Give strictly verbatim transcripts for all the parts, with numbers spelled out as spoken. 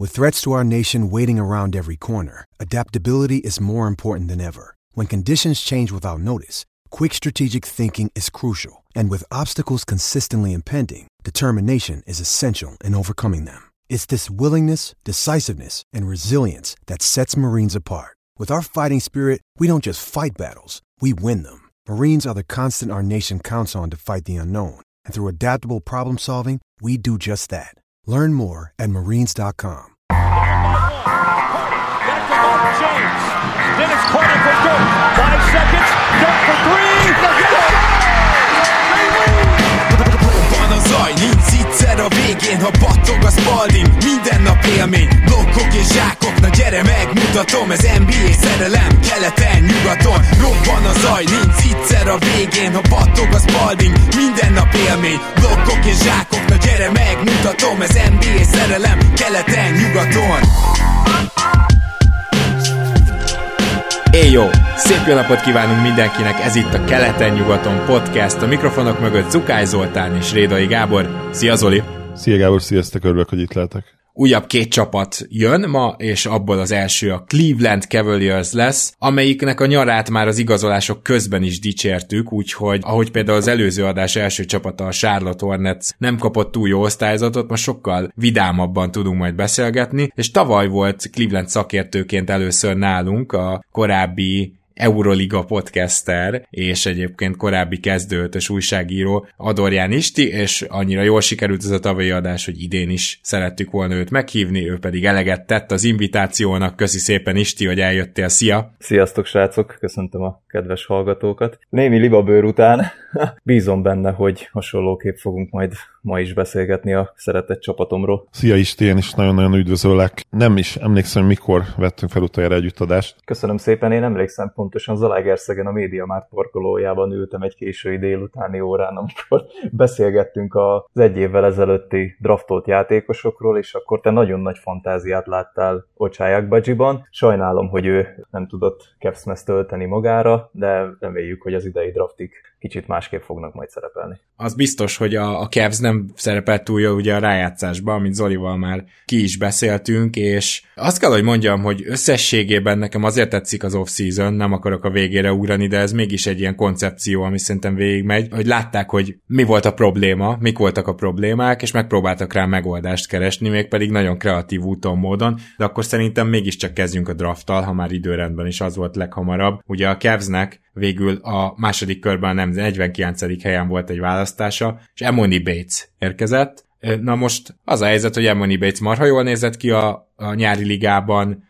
With threats to our nation waiting around every corner, adaptability is more important than ever. When conditions change without notice, quick strategic thinking is crucial. And with obstacles consistently impending, determination is essential in overcoming them. It's this willingness, decisiveness, and resilience that sets Marines apart. With our fighting spirit, we don't just fight battles, we win them. Marines are the constant our nation counts on to fight the unknown. And through adaptable problem solving, we do just that. Learn more at marines dot com. Back to Mark James. Dennis corner for Dirk. Five seconds. Dirk for three. Van a zaj, nincs egyszer a végén, ha battog a Spalding. Minden nap élmény, blokkok és zsákok. Na gyere megmutatom, ez en bé á szerelem. Keleten, nyugaton, robban a zaj, nincs egyszer a végén, ha battog a Spalding. Minden nap élmény, blokkok és zsákok. Na gyere megmutatom, ez en bé á szerelem. Keleten, nyugaton. Éjjó! Szép jó napot kívánunk mindenkinek, ez itt a Keleten-nyugaton podcast, a mikrofonok mögött Zukály Zoltán és Rédai Gábor. Szia Zoli! Szia Gábor, sziasztok, örülök, hogy itt lehetek. Újabb két csapat jön ma, és abból az első a Cleveland Cavaliers lesz, amelyiknek a nyarát már az igazolások közben is dicsértük, úgyhogy ahogy például az előző adás első csapata, a Charlotte Hornets nem kapott túl jó osztályzatot, most sokkal vidámabban tudunk majd beszélgetni, és tavaly volt Cleveland szakértőként először nálunk a korábbi Euroliga podcaster, és egyébként korábbi kezdőötös újságíró Adorján Isti, és annyira jól sikerült ez a tavalyi adás, hogy idén is szerettük volna őt meghívni, ő pedig eleget tett az invitációnak. Köszi szépen Isti, hogy eljöttél, szia! Sziasztok srácok, köszöntöm a kedves hallgatókat. Némi libabőr után bízom benne, hogy hasonlóképp fogunk majd ma is beszélgetni a szeretett csapatomról. Szia Isti, én is nagyon-nagyon üdvözöllek. Nem is emlékszem, mikor vettünk fel utoljára együtt adást. Köszönöm szépen, én emlékszem pontosan Zalaegerszegen a MediaMarkt parkolójában ültem egy késői délutáni órán, amikor beszélgettünk az egy évvel ezelőtti draftolt játékosokról, és akkor te nagyon nagy fantáziát láttál Ochai Agbajiban. Sajnálom, hogy ő nem tudott Cavs-t tölteni magára, de reméljük, hogy az idei draftig kicsit másképp fognak majd szerepelni. Az biztos, hogy a, a Cavs nem szerepelt túl jó ugye a rájátszásban, amit Zolival már ki is beszéltünk, és azt kell, hogy mondjam, hogy összességében nekem azért tetszik az off-season, nem akarok a végére ugrani, de ez mégis egy ilyen koncepció, ami szerintem végigmegy, hogy látták, hogy mi volt a probléma, mik voltak a problémák, és megpróbáltak rá megoldást keresni, mégpedig nagyon kreatív úton, módon, de akkor szerintem mégiscsak kezdjünk a drafttal, ha már időrendben is az volt leghamarabb. Ugye a Cavsnek végül a második körben nem negyvenkilencedik helyen volt egy választása, és Emoni Bates érkezett. Na most az a helyzet, hogy Emoni Bates marha jól nézett ki a, a nyári ligában,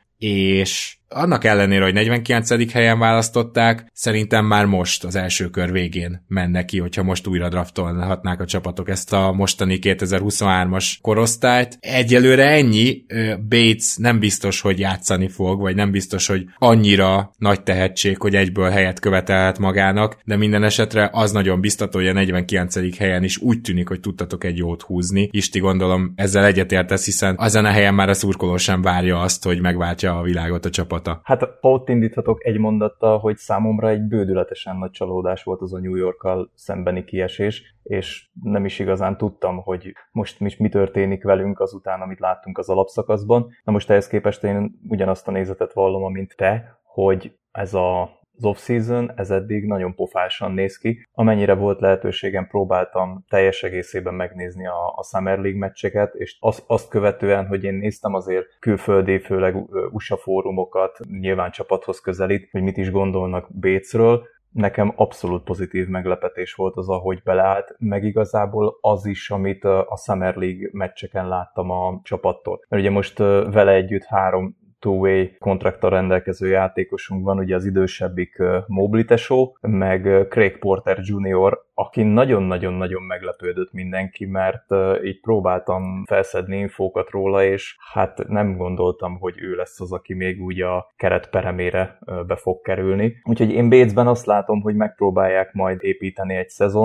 és annak ellenére, hogy negyvenkilencedik helyen választották, szerintem már most az első kör végén menne ki, hogyha most újra draftolhatnák a csapatok ezt a mostani kétezer-huszonhármas korosztályt. Egyelőre ennyi, Bates nem biztos, hogy játszani fog, vagy nem biztos, hogy annyira nagy tehetség, hogy egyből helyet követelhet magának, de minden esetre az nagyon biztató, hogy a negyvenkilencedik helyen is úgy tűnik, hogy tudtatok egy jót húzni. Isti, gondolom ezzel egyetértesz, hiszen ezen a helyen már a szurkoló sem várja azt, hogy megváltja a világot a csapat. Hát ha ott indíthatok egy mondattal, hogy számomra egy bődületesen nagy csalódás volt az a New Yorkkal szembeni kiesés, és nem is igazán tudtam, hogy most mi, mi történik velünk azután, amit láttunk az alapszakaszban. Na most ehhez képest én ugyanazt a nézetet vallom, mint te, hogy ez a az off-season, ez eddig nagyon pofásan néz ki. Amennyire volt lehetőségem, próbáltam teljes egészében megnézni a, a Summer League meccseket, és az, azt követően, hogy én néztem azért külföldi, főleg u es á fórumokat, nyilván csapathoz közelít, hogy mit is gondolnak Batesről. Nekem abszolút pozitív meglepetés volt az, ahogy beleállt, meg igazából az is, amit a Summer League meccseken láttam a csapattól. Mert ugye most vele együtt három two-way kontrakttal rendelkező játékosunk van, ugye az idősebbik uh, Mobley tesó, meg uh, Craig Porter junior, aki nagyon-nagyon-nagyon meglepődött mindenki, mert uh, így próbáltam felszedni infókat róla, és hát nem gondoltam, hogy ő lesz az, aki még úgy a keret peremére uh, be fog kerülni. Úgyhogy én Batesben azt látom, hogy megpróbálják majd építeni egy szezont,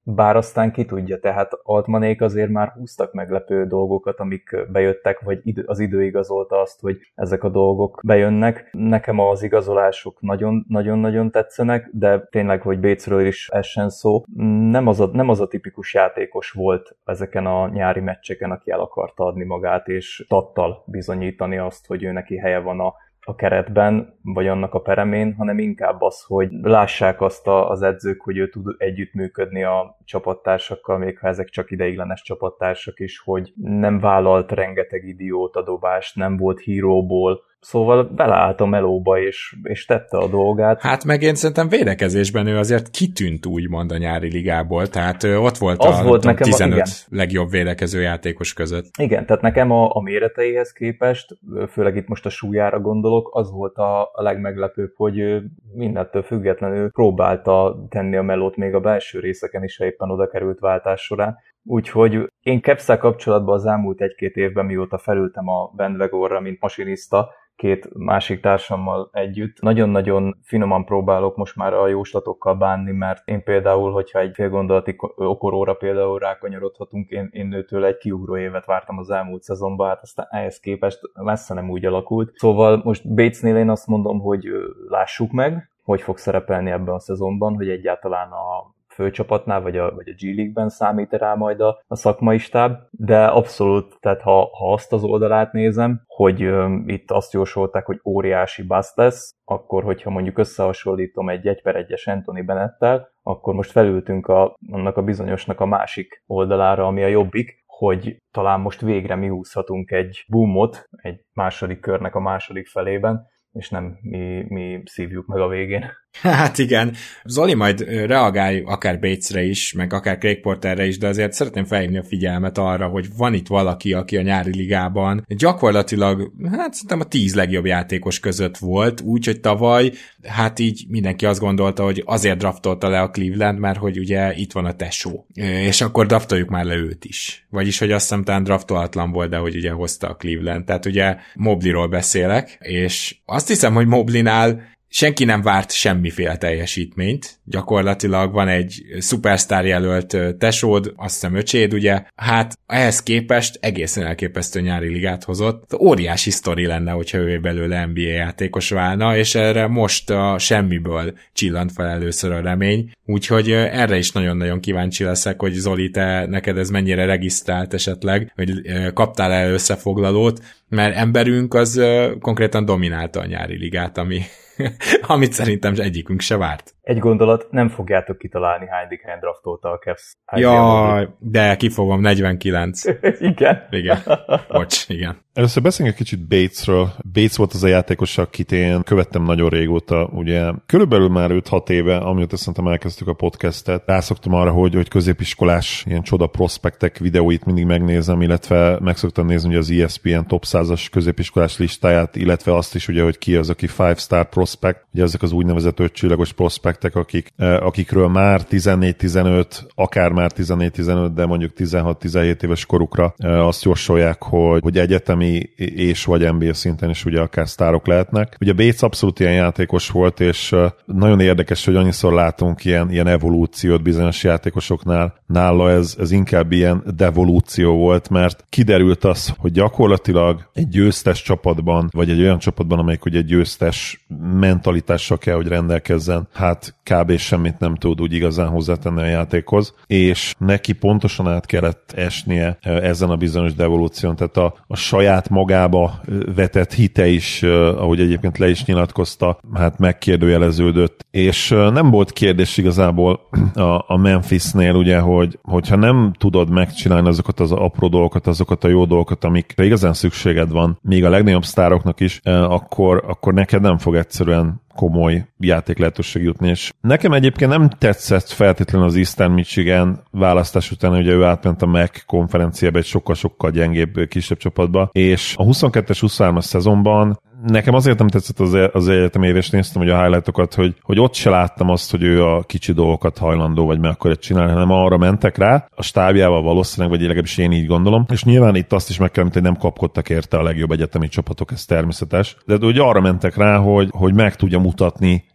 bár aztán ki tudja, tehát Altmanék azért már húztak meglepő dolgokat, amik bejöttek, vagy idő, az idő igazolta azt, hogy ezek a dolgok bejönnek. Nekem az igazolások nagyon-nagyon tetszenek, de tényleg, hogy Batesről is essen szó, nem az, a, nem az a tipikus játékos volt ezeken a nyári meccseken, aki el akarta adni magát, és tattal bizonyítani azt, hogy ő neki helye van a a keretben, vagy annak a peremén, hanem inkább az, hogy lássák azt a, az edzők, hogy ő tud együttműködni a csapattársakkal, még ha ezek csak ideiglenes csapattársak is, hogy nem vállalt rengeteg idióta dobást, nem volt híróból, szóval beleállt a melóba, és, és tette a dolgát. Hát meg én szerintem védekezésben ő azért kitűnt úgymond a nyári ligából, tehát ott volt az a volt tudom, tizenöt a, legjobb védekező játékos között. Igen, tehát nekem a, a méreteihez képest, főleg itt most a súlyára gondolok, az volt a, a legmeglepőbb, hogy ő mindettől függetlenül próbálta tenni a melót még a belső részeken is, ha éppen oda került váltás során. Úgyhogy én Cavs-szel kapcsolatban az elmúlt egy-két évben, mióta felültem a bandwagonra, mint masinista, két másik társammal együtt. Nagyon-nagyon finoman próbálok most már a jóslatokkal bánni, mert én például, hogyha egy fél gondolati okoróra például rákanyarodhatunk, én, én őtől egy kiugró évet vártam az elmúlt szezonban, hát aztán ehhez képest messze nem úgy alakult. Szóval most Batesnél én azt mondom, hogy lássuk meg, hogy fog szerepelni ebben a szezonban, hogy egyáltalán a főcsapatnál, vagy a, vagy a G-League-ben számít rá majd a, a szakmai stáb, de abszolút, tehát ha, ha azt az oldalát nézem, hogy um, itt azt jósolták, hogy óriási bust lesz, akkor hogyha mondjuk összehasonlítom egy egy per egyes Anthony Bennettel, akkor most felültünk a, annak a bizonyosnak a másik oldalára, ami a jobbik, hogy talán most végre mi húzhatunk egy boomot egy második körnek a második felében, és nem mi, mi szívjuk meg a végén. Hát igen. Zoli, majd reagálj akár Batesre is, meg akár Craig Porterre is, de azért szeretném felhívni a figyelmet arra, hogy van itt valaki, aki a nyári ligában gyakorlatilag, hát szerintem a tíz legjobb játékos között volt, úgyhogy tavaly, hát így mindenki azt gondolta, hogy azért draftolta le a Cleveland, mert hogy ugye itt van a tesó, és akkor draftoljuk már le őt is. Vagyis, hogy azt hiszem talán draftolatlan volt, de hogy ugye hozta a Cleveland. Tehát ugye Mobleyról beszélek, és azt hiszem, hogy Mobley-nál senki nem várt semmiféle teljesítményt. Gyakorlatilag van egy szupersztár jelölt tesód, azt hiszem öcséd, ugye. Hát ehhez képest egészen elképesztő nyári ligát hozott. Óriási sztori lenne, hogyha ő belőle en bé á játékos válna, és erre most a semmiből csillant fel először a remény. Úgyhogy erre is nagyon-nagyon kíváncsi leszek, hogy Zoli, te neked ez mennyire regisztrált esetleg, hogy kaptál el összefoglalót, mert emberünk az konkrétan dominálta a nyári ligát, ami amit szerintem egyikünk se várt. Egy gondolat, nem fogjátok kitalálni, hányadik helyen draftolta a Cavs. Jaj, de kifogom, negyvenkilenc. Igen? Igen. Bocs, igen. Először beszéljünk egy kicsit Batesről. Bates volt az a játékos, akit én követtem nagyon régóta, ugye körülbelül már öt-hat éve, amióta szerintem elkezdtük a podcastet. Rászoktam arra, hogy, hogy középiskolás ilyen csoda prospektek videóit mindig megnézem, illetve meg szoktam nézni ugye az E S P N top százas középiskolás listáját, illetve azt is ugye, hogy ki az, aki five star prospect, ugye ezek az úgynevezett ötcsillagos prospektek, akik, akikről már tizennégy tizenöt, akár már tizennégy tizenöt, de mondjuk tizenhat tizenhét éves korukra azt jósolják, hogy, hogy egyetemi és vagy en bé á szinten is ugye akár sztárok lehetnek. Ugye Bates abszolút ilyen játékos volt, és nagyon érdekes, hogy annyiszor látunk ilyen, ilyen evolúciót bizonyos játékosoknál. Nála ez, ez inkább ilyen devolúció volt, mert kiderült az, hogy gyakorlatilag egy győztes csapatban, vagy egy olyan csapatban, amelyik ugye egy győztes mentalitással kell, hogy rendelkezzen, hát kb. Semmit nem tud úgy igazán hozzátenni a játékhoz, és neki pontosan át kellett esnie ezen a bizonyos devolúción, tehát a, a saját magába vetett hite is, ahogy egyébként le is nyilatkozta, hát megkérdőjeleződött, és nem volt kérdés igazából a, a Memphisnél, ugye, hogy, hogyha nem tudod megcsinálni azokat az apró dolgokat, azokat a jó dolgokat, amikre igazán szükséged van, még a legnagyobb sztároknak is, akkor, akkor neked nem fog egyszerűen komoly játék lehetőség jutni, és nekem egyébként nem tetszett feltétlenül az Eastern Michigan választás után, hogy ő átment a em á cé konferenciába egy sokkal-sokkal gyengébb kisebb csapatba, és a huszonkettes huszonhármas szezonban nekem azért nem tetszett az, az egyetem év, és néztem hogy a highlightokat, hogy, hogy ott se láttam azt, hogy ő a kicsi dolgokat hajlandó, vagy meg akarja csinálni, hanem arra mentek rá, a stábjával valószínűleg, vagy legalábbis én így gondolom, és nyilván itt azt is meg kell, hogy nem kapkodtak érte a legjobb egyetemi csapatok, ez természetes, de ugye arra mentek rá, hogy, hogy meg tudja mutatni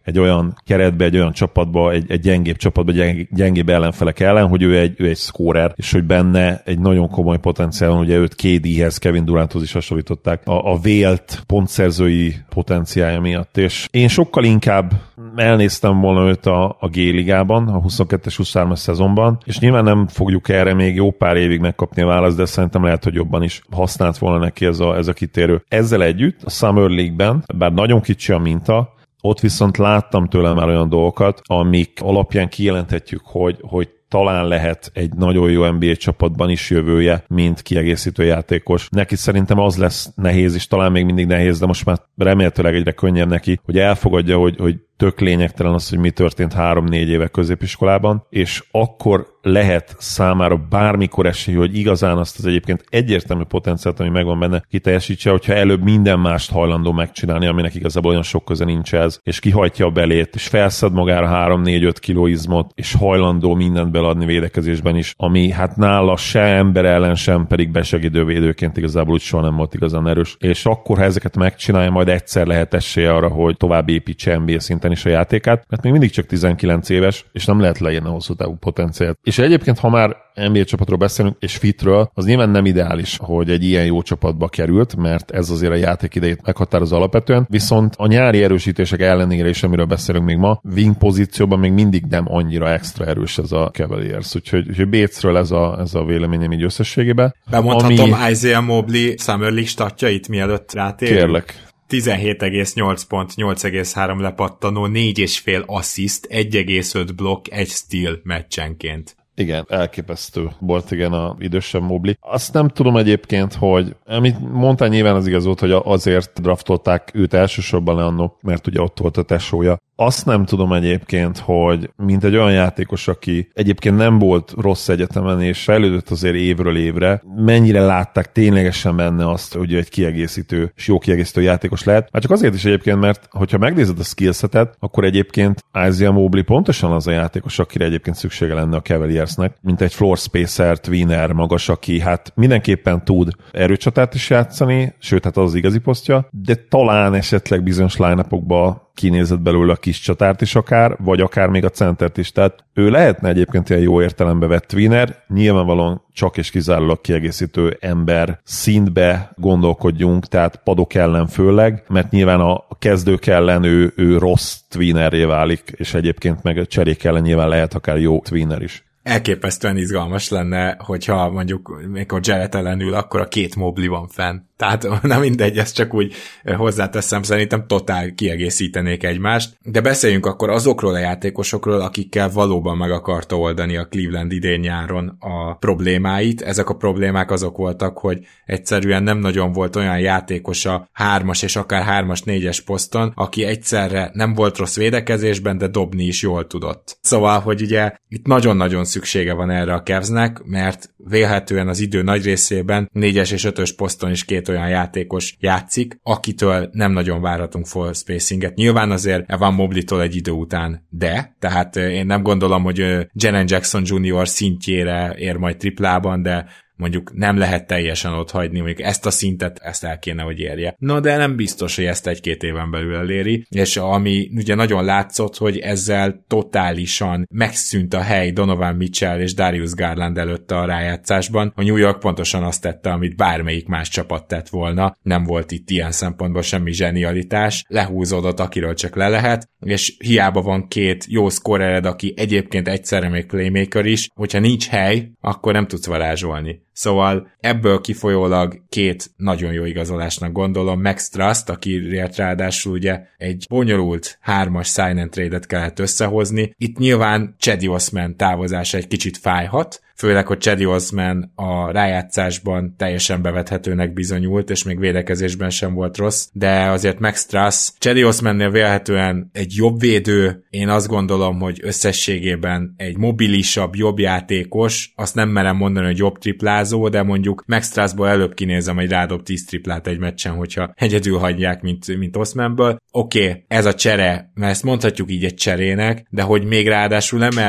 egy olyan keretbe, egy olyan csapatba, egy, egy gyengébb csapatba, gyeng, gyengébb ellenfelek ellen, hogy ő egy, ő egy scorer, és hogy benne egy nagyon komoly potenciál van, ugye őt ká dé-hez, Kevin Duranthoz is hasonlították a, a vélt pontszerzői potenciálja miatt, és én sokkal inkább elnéztem volna őt a, a G-ligában, a huszonkettes huszonhármas szezonban, és nyilván nem fogjuk erre még jó pár évig megkapni a választ, de szerintem lehet, hogy jobban is használt volna neki ez a, ez a kitérő. Ezzel együtt a Summer League-ben, bár nagyon kicsi a minta, ott viszont láttam tőle már olyan dolgokat, amik alapján kijelenthetjük, hogy, hogy talán lehet egy nagyon jó en bé á csapatban is jövője, mint kiegészítő játékos. Neki szerintem az lesz nehéz, és talán még mindig nehéz, de most már remélhetőleg egyre könnyebb neki, hogy elfogadja, hogy, hogy tök lényegtelen az, hogy mi történt három-négy éve középiskolában, és akkor lehet számára bármikor esély, hogy igazán azt az egyébként egyértelmű potenciált, ami megvan benne, kiteljesítse, hogyha előbb minden mást hajlandó megcsinálni, aminek igazából olyan sok köze nincs ez, és kihajtja a belét, és felszed magára három-négy-öt kiló izmot, és hajlandó mindent beladni védekezésben is, ami hát nála se ember ellen, sem pedig besegítő védőként igazából úgy soha nem volt igazán erős. És akkor, ha ezeket megcsinálja, majd egyszer lehet esélye arra, hogy tovább építse en bé á szinten is a játékát, mert még mindig csak tizenkilenc éves, és nem lehet leírni a hosszú távú potenciált. És egyébként, ha már en bé á csapatról beszélünk, és fitről, az nyilván nem ideális, hogy egy ilyen jó csapatba került, mert ez azért a játék idejét meghatározza alapvetően, viszont a nyári erősítések ellenére is, amiről beszélünk még ma, wing pozícióban még mindig nem annyira extra erős ez a Cavaliers, úgyhogy, úgyhogy Batesről ez a, ez a véleményem így összességében. Bemondhatom ami... Isaiah Mobley Summer League statjait, mielőtt rátérünk? Kérlek. tizenhét egész nyolc pont, nyolc egész három lepattanó, négy egész öt assziszt, egy egész öt blokk, egy steal meccsenként. Igen, elképesztő volt, igen, a idősebb Mobley. Azt nem tudom egyébként, hogy amit mondtál, nyilván az igaz volt, hogy azért draftolták őt elsősorban le annó, mert ugye ott volt a tesója. Azt nem tudom egyébként, hogy mint egy olyan játékos, aki egyébként nem volt rossz egyetemen, és fejlődött azért évről évre, mennyire látták ténylegesen benne azt, hogy egy kiegészítő, és jó kiegészítő játékos lehet. Már csak azért is egyébként, mert hogyha megnézed a skillsetet, akkor egyébként Isaiah Mobley pontosan az a játékos, akire egyébként szüksége lenne a Cavaliersnek, mint egy floor spacer, tweener magas, aki hát mindenképpen tud erőcsatát is játszani, sőt, hát az az igazi posztja, de talán esetleg bizonyos line-upokba kinézett belőle a kis csatárt is akár, vagy akár még a centert is. Tehát ő lehetne egyébként ilyen jó értelembe vett tweener, nyilvánvalóan csak és kizárólag kiegészítő ember szintbe gondolkodjunk, tehát padok ellen főleg, mert nyilván a kezdők ellen ő, ő rossz tweenerré válik, és egyébként meg cserék ellen nyilván lehet akár jó tweener is. Elképesztően izgalmas lenne, hogyha mondjuk mikor Jarrett ellen ül, akkor a két Mobley van fenn. Tehát nem mindegy, ezt csak úgy hozzáteszem, szerintem totál kiegészítenék egymást. De beszéljünk akkor azokról a játékosokról, akikkel valóban meg akarta oldani a Cleveland idén nyáron a problémáit. Ezek a problémák azok voltak, hogy egyszerűen nem nagyon volt olyan játékos a hármas és akár hármas, négyes poszton, aki egyszerre nem volt rossz védekezésben, de dobni is jól tudott. Szóval, hogy ugye itt nagyon-nagyon szüksége van erre a Cavsnek, mert vélhetően az idő nagy részében négyes és ötös poszton is két olyan játékos játszik, akitől nem nagyon várhatunk full spacinget. Nyilván azért Evan Mobley-tól egy idő után, de, tehát én nem gondolom, hogy Jaren Jackson junior szintjére ér majd triplában, de mondjuk nem lehet teljesen ott hagyni, mondjuk ezt a szintet, ezt el kéne, hogy érje. No, de nem biztos, hogy ezt egy-két éven belül eléri, és ami ugye nagyon látszott, hogy ezzel totálisan megszűnt a hely Donovan Mitchell és Darius Garland előtt a rájátszásban. A New York pontosan azt tette, amit bármelyik más csapat tett volna, nem volt itt ilyen szempontból semmi zsenialitás, lehúzódott, akiről csak le lehet, és hiába van két jó scorered, aki egyébként egyszerre még playmaker is, hogyha nincs hely, akkor nem tudsz varázsolni. Szóval ebből kifolyólag két nagyon jó igazolásnak gondolom. Max Trust, akiért ráadásul ugye egy bonyolult hármas sign and trade-et kellett összehozni. Itt nyilván Cedi Osman távozása egy kicsit fájhat, főleg, hogy Cedi Osman a rájátszásban teljesen bevethetőnek bizonyult, és még védekezésben sem volt rossz, de azért Max Truss Cedi Osmannél vélhetően egy jobb védő, én azt gondolom, hogy összességében egy mobilisabb, jobb játékos, azt nem merem mondani, hogy jobb triplázó, de mondjuk Max Trussból előbb kinézem, hogy rádob tíz triplát egy meccsen, hogyha egyedül hagyják, mint, mint Osmanből. Oké, okay, ez a csere, mert ezt mondhatjuk így egy cserének, de hogy még ráadásul emellé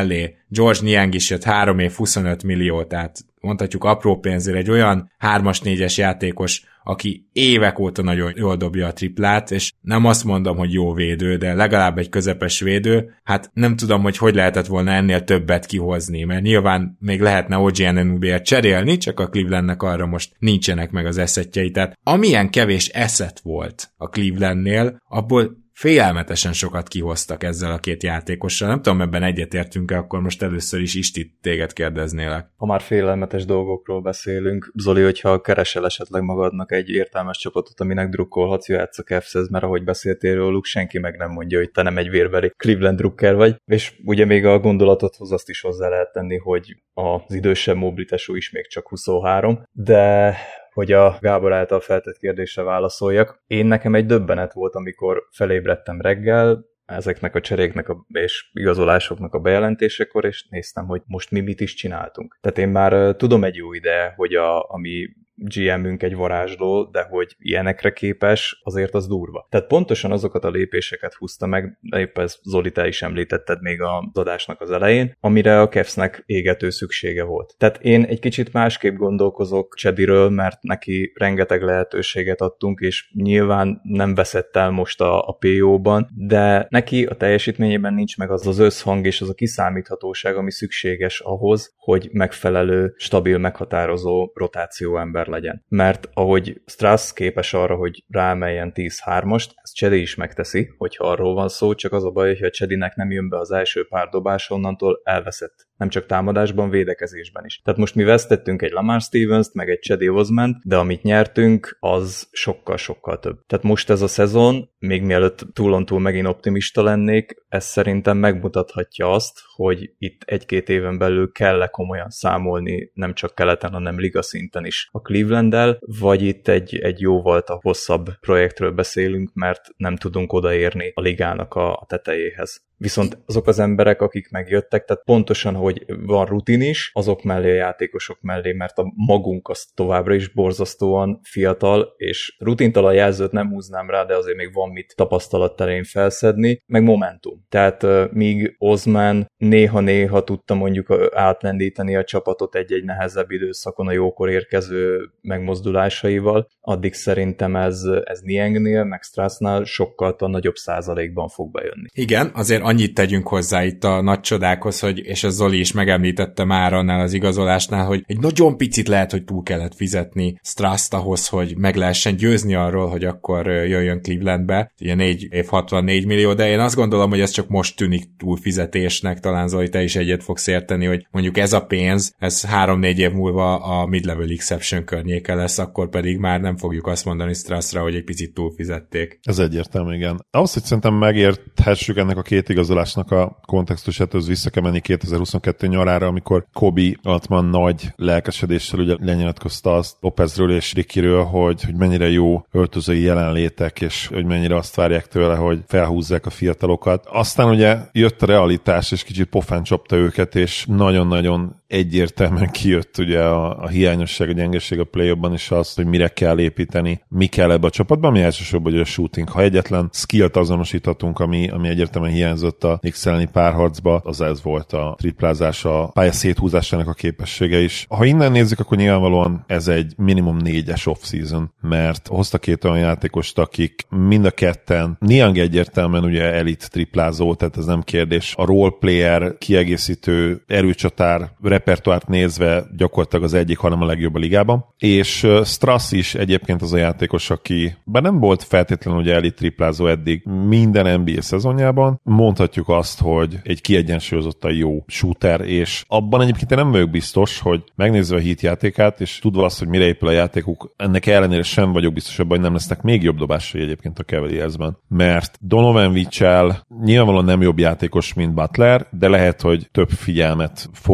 George Niang is jött három év huszonöt millió, tehát mondhatjuk apró pénzért egy olyan hármas-négyes játékos, aki évek óta nagyon jól dobja a triplát, és nem azt mondom, hogy jó védő, de legalább egy közepes védő, hát nem tudom, hogy hogy lehetett volna ennél többet kihozni, mert nyilván még lehetne o gé Anunobyért cserélni, csak a Clevelandnek arra most nincsenek meg az eszetjei, tehát amilyen kevés eszet volt a Clevelandnél, abból félelmetesen sokat kihoztak ezzel a két játékossal. Nem tudom, ebben egyetértünk-e, akkor most először is Isti téged kérdeznélek. Ha már félelmetes dolgokról beszélünk, Zoli, hogyha keresel esetleg magadnak egy értelmes csapatot, aminek drukkolhatsz, jöhetsz a Cavs-hez, mert ahogy beszéltél róluk, senki meg nem mondja, hogy te nem egy vérbeli Cleveland drukker vagy. És ugye még a gondolatodhoz azt is hozzá lehet tenni, hogy az idősebb mobilitású is még csak huszonhárom, de hogy a Gábor által feltett kérdésre válaszoljak. Én nekem egy döbbenet volt, amikor felébredtem reggel, ezeknek a cseréknek a, és igazolásoknak a bejelentésekor, és néztem, hogy most mi mit is csináltunk. Tehát én már uh, tudom egy jó ide, hogy a, ami gé em-ünk egy varázsló, de hogy ilyenekre képes, azért az durva. Tehát pontosan azokat a lépéseket húzta meg, de épp ez Zoli, te is említetted még az adásnak az elején, amire a Cavsnek égető szüksége volt. Tehát én egy kicsit másképp gondolkozok Chediről, mert neki rengeteg lehetőséget adtunk, és nyilván nem veszett el most a, a pé ó-ban, de neki a teljesítményében nincs meg az az összhang és az a kiszámíthatóság, ami szükséges ahhoz, hogy megfelelő, stabil, meghatározó rotációember legyen. Mert ahogy Strauss képes arra, hogy ráemeljen tíz hármast, ezt Chedi is megteszi, hogyha arról van szó, csak az a baj, hogy a Chedinek nem jön be az első pár dobás, onnantól elveszett. Nem csak támadásban, védekezésben is. Tehát most mi vesztettünk egy Lamar Stevenst, meg egy Cedi Osmant, de amit nyertünk, az sokkal-sokkal több. Tehát most ez a szezon, még mielőtt túlontúl megint optimista lennék, ez szerintem megmutathatja azt, hogy itt egy-két éven belül kell komolyan számolni, nem csak keleten, hanem liga szinten is a Clevelanddel, vagy itt egy, egy jóval a hosszabb projektről beszélünk, mert nem tudunk odaérni a ligának a, a tetejéhez. Viszont azok az emberek, akik megjöttek, tehát pontosan, hogy van rutin is, azok mellé, a játékosok mellé, mert a magunk az továbbra is borzasztóan fiatal, és rutintalan jelzőt nem húznám rá, de azért még van mit tapasztalat terén felszedni, meg momentum. Tehát uh, míg Osman néha-néha tudta mondjuk átlendíteni a csapatot egy-egy nehezebb időszakon a jókor érkező megmozdulásaival, addig szerintem ez, ez Niangnél, meg Straussnál sokkal nagyobb százalékban fog bejönni. Igen, azért annyit tegyünk hozzá itt a nagy csodákhoz, hogy, és a Zoli is megemlítette már annál az igazolásnál, hogy egy nagyon picit lehet, hogy túl kellett fizetni Straust ahhoz, hogy meg lehessen győzni arról, hogy akkor jöjjön Clevelandbe. Ugye négy év hatvannégy millió, de én azt gondolom, hogy ez csak most tűnik túlfizetésnek, talán Zoli, te is egyet fogsz érteni, hogy mondjuk ez a pénz, ez három-négy év múlva a mid-level exception környéke lesz, akkor pedig már nem fogjuk azt mondani Straustra, hogy egy picit túlfizették. Ez egyértelmű, igen. Ahhoz, hogy szerintem megérthessük ennek a két igazolásnak a kontextusát, az vissza kell menni kétezer-huszonkettő nyarára, amikor Kobe Altman nagy lelkesedéssel ugye lenyilatkozta azt Lopezről és Rickyről, hogy, hogy mennyire jó öltözői jelenlétek, és hogy mennyire azt várják tőle, hogy felhúzzák a fiatalokat. Aztán ugye jött a realitás, és kicsit pofán csapta őket, és nagyon-nagyon egyértelműen kijött ugye a, a hiányosság, a gyengeség a play-offban is az, hogy mire kell építeni, mi kell ebbe a csapatban, ami elsősorban hogy a shooting. Ha egyetlen skillt azonosíthatunk, ami, ami egyértelműen hiányzott a Knicks elleni párharcba, az ez volt a triplázás, a pálya széthúzásának a képessége is. Ha innen nézzük, akkor nyilvánvalóan ez egy minimum négyes off-season, mert hozta két olyan játékost, akik mind a ketten, Niang egyértelműen ugye elit triplázó, tehát ez nem kérdés. A role player, kiegészítő, erőcsatár repertoárt nézve gyakorlatilag az egyik, hanem a legjobb a ligában. És Strauss is egyébként az a játékos, aki bár nem volt feltétlenül ugye elit triplázó eddig minden en bé á szezonjában, mondhatjuk azt, hogy egy kiegyensúlyozottan jó shooter, és abban egyébként én nem vagyok biztos, hogy megnézve a Heat játékát, és tudva azt, hogy mire épül a játékuk, ennek ellenére sem vagyok biztos abban, hogy nem lesznek még jobb dobásai egyébként a Cavaliersben. Mert Donovan Mitchell nyilvánvalóan nem jobb játékos, mint Butler, de lehet, hogy több figyelmet fog magának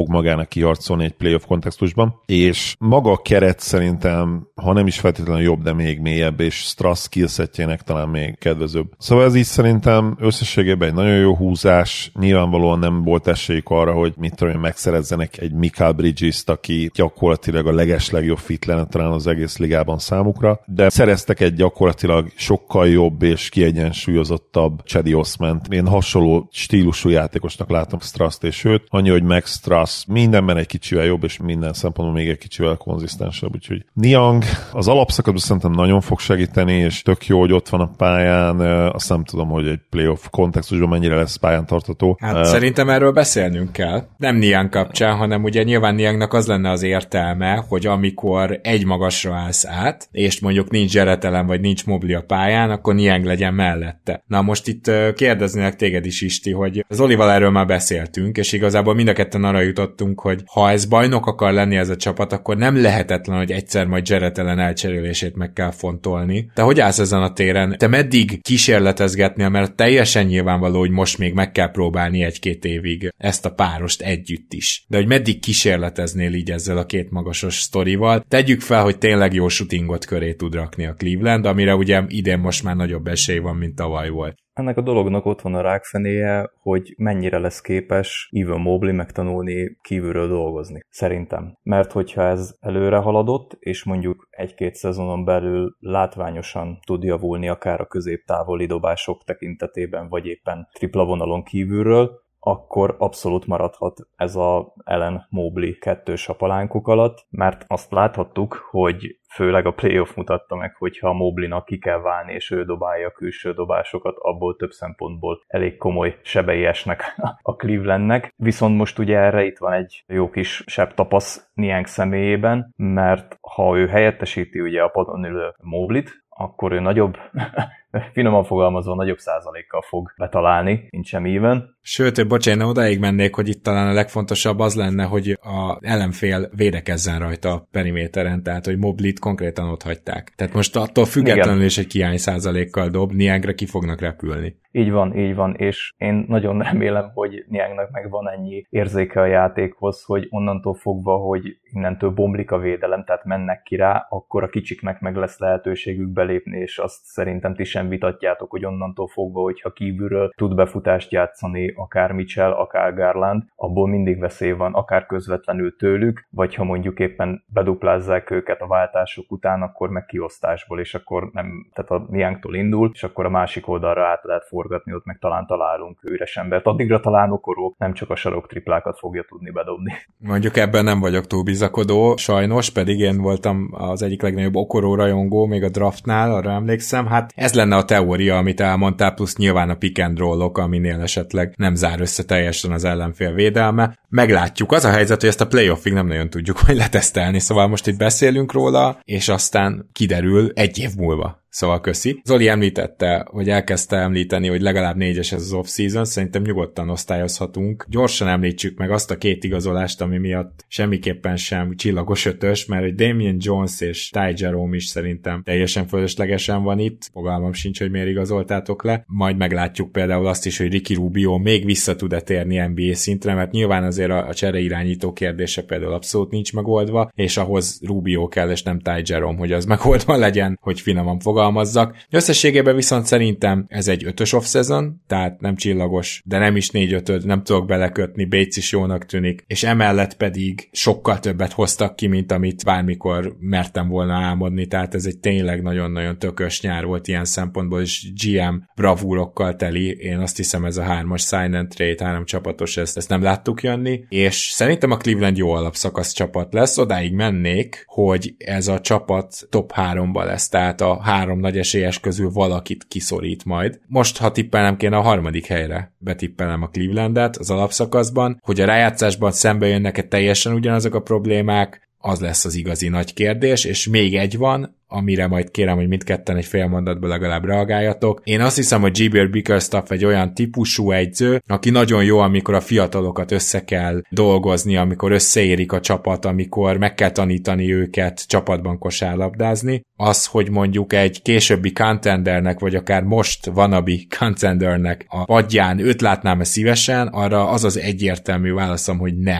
kiharcolni egy playoff kontextusban, és maga a keret szerintem, ha nem is feltétlenül jobb, de még mélyebb, és Strass skillsetjének talán még kedvezőbb. Szóval ez így szerintem összességében egy nagyon jó húzás, nyilvánvalóan nem volt esélyük arra, hogy mit tudom, megszerezzenek egy Mikal Bridges-t, aki gyakorlatilag a legeslegjobb fit lenne talán az egész ligában számukra, de szereztek egy gyakorlatilag sokkal jobb és kiegyensúlyozottabb Cedi Osmant. Én hasonló stílusú játékosnak látom Strasst, és őt, annyi, hogy Max Strass mindenben egy kicsivel jobb, és minden szempontból még egy kicsivel konzisztensebb, úgyhogy Niang az alapszakadban szerintem nagyon fog segíteni, és tök jó, hogy ott van a pályán, azt nem tudom, hogy egy playoff kontextusban mennyire lesz pályán tartató. Hát uh, szerintem erről beszélnünk kell. Nem Niang kapcsán, hanem ugye nyilván Niangnak az lenne az értelme, hogy amikor egy magasra állsz át, és mondjuk nincs Jarrett Allen, vagy nincs Mobley a pályán, akkor Niang legyen mellette. Na most itt uh, kérdeznének téged is, Isti, hogy az Olival erről már beszéltünk, és igazából mind a ketten arra jutottunk, hogy ha ez bajnok akar lenni ez a csapat, akkor nem lehetetlen, hogy egyszer majd Jarrett Allen elcserélését meg kell fontolni. Te hogy állsz ezen a téren? Te meddig kísérletezgetnél, mert teljesen nyilvánvaló, hogy most még meg kell próbálni egy-két évig ezt a párost együtt is. De hogy meddig kísérleteznél így ezzel a két magasos sztorival? Tegyük fel, hogy tényleg jó shootingot köré tud rakni a Cleveland, amire ugye idén most már nagyobb esély van, mint tavaly volt. Ennek a dolognak ott van a rákfenéje, hogy mennyire lesz képes Evan Mobley megtanulni kívülről dolgozni, szerintem. Mert hogyha ez előre haladott, és mondjuk egy-két szezonon belül látványosan tud javulni akár a középtávoli dobások tekintetében, vagy éppen tripla vonalon kívülről, akkor abszolút maradhat ez a Allen Mobley kettős a palánkok alatt, mert azt láthattuk, hogy főleg a playoff mutatta meg, hogyha a Mobleynak ki kell válni, és ő dobálja a külső dobásokat, abból több szempontból elég komoly sebei esnek a Clevelandnek. Viszont most ugye erre itt van egy jó kis sebb tapasz Niang személyében, mert ha ő helyettesíti ugye a padon ülő Mobleyt, akkor ő nagyobb, finoman fogalmazva, nagyobb százalékkal fog betalálni, mint sem even. Sőt, bocsánat, odáig mennék, hogy itt talán a legfontosabb az lenne, hogy a ellenfél védekezzen rajta a periméteren, tehát hogy Mobleyt konkrétan ott hagyták. Tehát most attól függetlenül Igen. is egy kiány százalékkal dob, Niangra ki fognak repülni. Így van, így van, és én nagyon remélem, hogy Niangnak meg van ennyi érzéke a játékhoz, hogy onnantól fogva, hogy innentől bomlik a védelem, tehát mennek ki rá, akkor a kicsiknek meg lesz lehetőségük belépni, és azt szerintem ti sem vitatjátok, hogy onnantól fogva, hogyha kívülről tud befutást játszani akár Mitchell, akár Garland, abból mindig veszély van, akár közvetlenül tőlük, vagy ha mondjuk éppen beduplázzák őket a váltások után, akkor meg kiosztásból, és akkor nem, tehát a Niangtól indul, és akkor a másik oldalra át lehet forgatni, ott meg talán találunk üres embert. Addigra talán Okoro nem csak a sarok triplákat fogja tudni bedobni. Mondjuk ebben nem vagyok túl bizakodó, sajnos, pedig én voltam az egyik legnagyobb Okoro rajongó még a draftnál, arra emlékszem. Hát ez lenne a teória, amit elmondtál, plusz nyilván a pick and roll-ok, aminél esetleg nem zár össze teljesen az ellenfél védelme. Meglátjuk. Az a helyzet, hogy ezt a playoffig nem nagyon tudjuk hogy letesztelni, szóval most itt beszélünk róla, és aztán kiderül egy év múlva. Szóval köszi. Zoli említette, hogy elkezdte említeni, hogy legalább négyes ez az off-season, szerintem nyugodtan osztályozhatunk. Gyorsan említsük meg azt a két igazolást, ami miatt semmiképpen sem csillagos ötös, mert hogy Damian Jones és Ty Jerome is szerintem teljesen fölöslegesen van itt. Fogalmam sincs, hogy miért igazoltátok le. Majd meglátjuk például azt is, hogy Ricky Rubio még vissza tud-e térni en bé á szintre, mert nyilván azért a, a csereirányító kérdése például abszolút nincs megoldva, és ahhoz Rubio kell, és nem Ty Jerome, hogy az megoldva legyen, hogy finoman fogalmazzak. Összességében viszont szerintem ez egy ötös off-season, tehát nem csillagos, de nem is négy-ötöd, nem tudok belekötni, Bates is jónak tűnik, és emellett pedig sokkal többet hoztak ki, mint amit bármikor mertem volna álmodni, tehát ez egy tényleg nagyon-nagyon tökös nyár volt ilyen szempontból, és gé em bravúrokkal teli, én azt hiszem ez a hármas sign and trade, három csapatos, ezt, ezt nem láttuk jönni, és szerintem a Cleveland jó alapszakasz csapat lesz, odáig mennék, hogy ez a csapat top háromba lesz, tehát a három nagy esélyes közül valakit kiszorít majd. Most, ha tippelnem kéne, a harmadik helyre betippelem a Clevelandet az alapszakaszban, hogy a rájátszásban szembe jönnek-e teljesen ugyanazok a problémák, az lesz az igazi nagy kérdés, és még egy van, amire majd kérem, hogy mindketten egy fél mondatban legalább reagáljatok. Én azt hiszem, hogy Javier Bickerstaff egy olyan típusú edző, aki nagyon jó, amikor a fiatalokat össze kell dolgozni, amikor összeérik a csapat, amikor meg kell tanítani őket csapatban kosárlabdázni. Az, hogy mondjuk egy későbbi contendernek, vagy akár most wannabe contendernek a padján őt látnám-e szívesen, arra az az egyértelmű válaszom, hogy nem.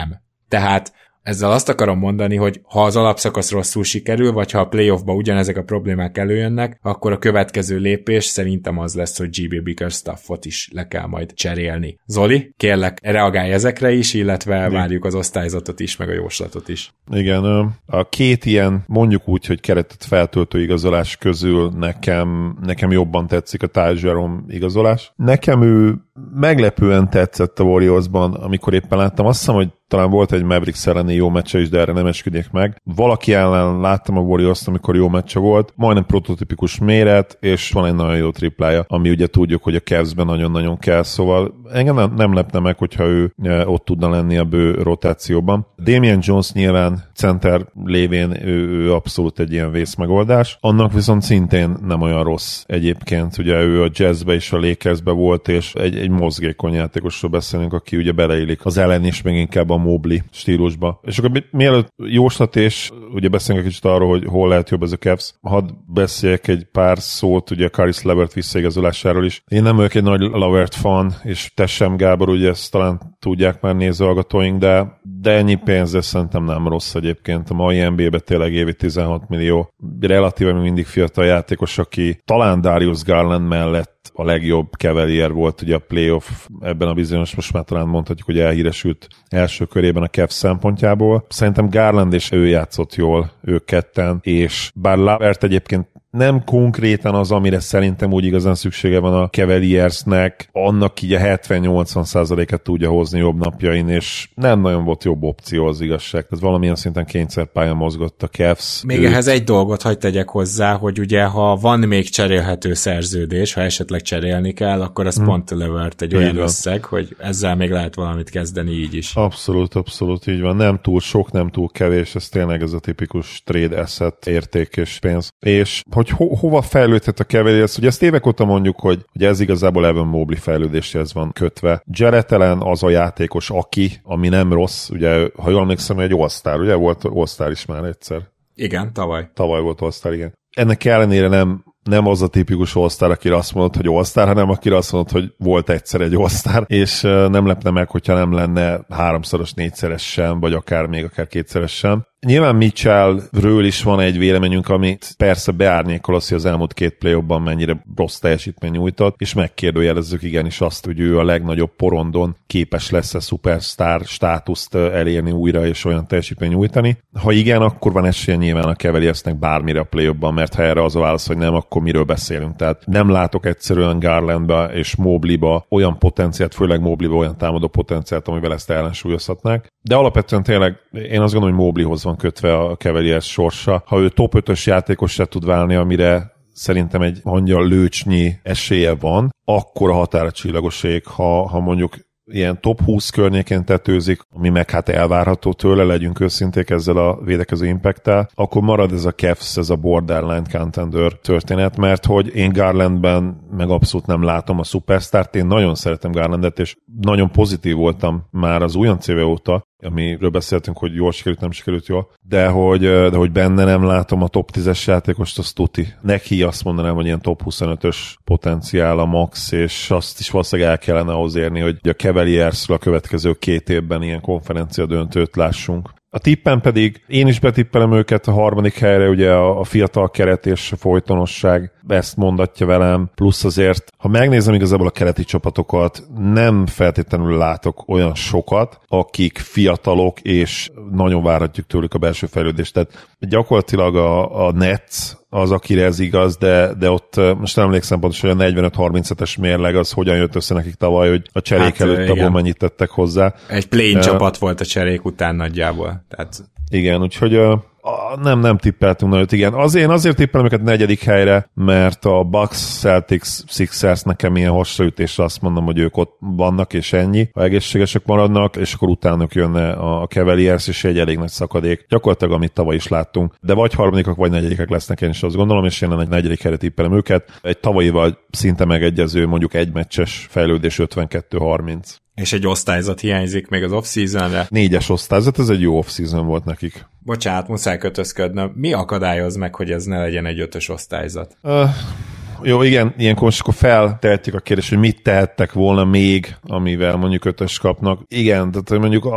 Tehát ezzel azt akarom mondani, hogy ha az alapszakasz rosszul sikerül, vagy ha a playoffba ugyanezek a problémák előjönnek, akkor a következő lépés szerintem az lesz, hogy gé bé Bickerstaffot is le kell majd cserélni. Zoli, kérlek, reagálj ezekre is, illetve Igen. várjuk az osztályzatot is, meg a jóslatot is. Igen, a két ilyen, mondjuk úgy, hogy keretet feltöltő igazolás közül nekem, nekem jobban tetszik a Ty Jerome igazolás. Nekem ő meglepően tetszett a Warriorsban, amikor éppen láttam. Azt hiszem, hogy talán volt egy Mavericks elleni jó meccse is, de erre nem esküdjék meg. Valaki ellen láttam a Warriors-t, amikor jó meccse volt, majdnem prototipikus méret, és van egy nagyon jó triplája, ami ugye tudjuk, hogy a Cavs-ben nagyon-nagyon kell, szóval engem nem, nem lepne meg, hogyha ő ott tudna lenni a bő rotációban. Damian Jones nyilván center lévén ő, ő abszolút egy ilyen vészmegoldás, annak viszont szintén nem olyan rossz egyébként, ugye ő a Jazzbe és a Lakersbe volt, és egy, egy mozgékony játékosról beszélünk, aki ugye beleillik az ellen is, meg inkább a Mobley stílusba. És akkor mielőtt jóslat, és ugye beszélünk egy kicsit arról, hogy hol lehet jobb ez a Cavs, hadd beszéljek egy pár szót ugye Caris LeVert visszaigazolásáról is. Én nem vagyok egy nagy LeVert fan, és te sem, Gábor, ugye ezt talán tudják már nézőhallgatóink, de, de ennyi pénzre szerintem nem rossz egyébként. A mai en bé á-ben tényleg évi tizenhat millió. Relatíve még mindig fiatal játékos, aki talán Darius Garland mellett a legjobb Cavalier volt ugye a playoff ebben a bizonyos, most már talán mondhatjuk, hogy elhíresült első körében a Cavs szempontjából. Szerintem Garland és ő játszott jól, ők ketten, és bár LeVert egyébként nem konkrétan az, amire szerintem úgy igazán szüksége van a Cavaliersnek, annak így a hetven-nyolcvan százalékát tudja hozni jobb napjain, és nem nagyon volt jobb opció az igazság. Tehát valamilyen szinten kényszerpályán mozgott a Cavs. Még őt... ehhez egy dolgot hadd tegyek hozzá, hogy ugye ha van még cserélhető szerződés, ha esetleg cserélni kell, akkor az hmm. pont LeVert egy olyan összeg, hogy ezzel még lehet valamit kezdeni így is. Abszolút, abszolút így van. Nem túl sok, nem túl kevés, ez tényleg ez a tipikus trade asset érték és pénz. És hogy ho- hova fejlődhet a Cavaliers, ugye ezt évek óta mondjuk, hogy, hogy ez igazából Evan Mobley fejlődéséhez van kötve. Jarrett Allen az a játékos, aki, ami nem rossz, ugye, ha jól emlékszem, egy All-Star, ugye volt All-Star is már egyszer. Igen, tavaly. Tavaly volt All-Star, igen. Ennek ellenére nem nem az a tipikus All-Star, akire azt mondod, hogy All-Star, hanem akire azt mondod, hogy volt egyszer egy All-Star, és nem lepne meg, hogyha nem lenne háromszoros, négyszeres sem, vagy akár még akár kétszeres sem. Nyilván Mitchellről is van egy véleményünk, amit persze beárnyékol az, hogy az elmúlt két play-offban mennyire rossz teljesítmény nyújtott, és megkérdőjelezzük igenis azt, hogy ő a legnagyobb porondon képes lesz a szupersztár státuszt elérni újra, és olyan teljesítmény nyújtani. Ha igen, akkor van esélye nyilván a Cavaliersnek bármire a play-offban, mert ha erre az a válasz, hogy nem, akkor miről beszélünk. Tehát nem látok egyszerűen Garlandba és Mobleyba olyan potenciált, főleg Mobleyba olyan támadó potenciált, amivel ezt ellensúlyozhatnák. De alapvetően tényleg én azt gondolom, hogy Mobleyhoz van kötve a Cavaliers sorsa. Ha ő top ötös játékos se tud válni, amire szerintem egy angyal lőcsnyi esélye van, akkor a határa csillagos ég, ha, ha mondjuk ilyen top húsz környékén tetőzik, ami meg hát elvárható tőle, legyünk őszinték ezzel a védekező impact-tel, akkor marad ez a Cavs, ez a borderline contender történet, mert hogy én Garlandben meg abszolút nem látom a szupersztárt, én nagyon szeretem Garlandet, és nagyon pozitív voltam már az újoncéve óta, amiről beszéltünk, hogy jól sikerült, nem sikerült jól, de hogy, de hogy benne nem látom a top tízes játékost, az tuti. Neki azt mondanám, hogy ilyen top huszonötös potenciál a max, és azt is valószínűleg el kellene ahhoz érni, hogy a Cavaliersről a következő két évben ilyen konferencia döntőt lássunk. A tippen pedig én is betippelem őket a harmadik helyre, ugye a, a fiatal keret és a folytonosság ezt mondatja velem, plusz azért, ha megnézem igazából a keleti csapatokat, nem feltétlenül látok olyan sokat, akik fiatalok, és nagyon várhatjuk tőlük a belső fejlődést. Tehát gyakorlatilag a, a Nets az, akire ez igaz, de, de ott most nem emlékszem pontosan, hogy a negyvenöt harmincötös mérleg az hogyan jött össze nekik tavaly, hogy a cserék hát, előtt abból mennyit tettek hozzá. Egy play-in uh, csapat volt a cserék után nagyjából. Tehát... Igen, úgyhogy uh, nem, nem tippeltünk nagyot, igen. Az, én azért tippelem őket negyedik helyre, mert a Bucks, Celtics, Sixers nekem ilyen hasraütésre azt mondom, hogy ők ott vannak, és ennyi. Ha egészségesek maradnak, és akkor utánuk jönne a Cavaliers, és egy elég nagy szakadék. Gyakorlatilag, amit tavaly is láttunk. De vagy harmadikak, vagy negyedikek lesznek, én is azt gondolom, és én egy negyedik helyre tippelem őket. Egy tavalyival szinte megegyező, mondjuk egy meccses fejlődés ötvenkettő harminc. És egy osztályzat hiányzik még az off-seasonre. Négyes osztályzat, ez egy jó off-season volt nekik. Bocsánat, muszáj kötözködnöm. Mi akadályoz meg, hogy ez ne legyen egy ötös osztályzat? Uh, jó, igen, ilyenkor most akkor feltehetjük a kérdést, hogy mit tehettek volna még, amivel mondjuk ötös kapnak. Igen, tehát mondjuk azt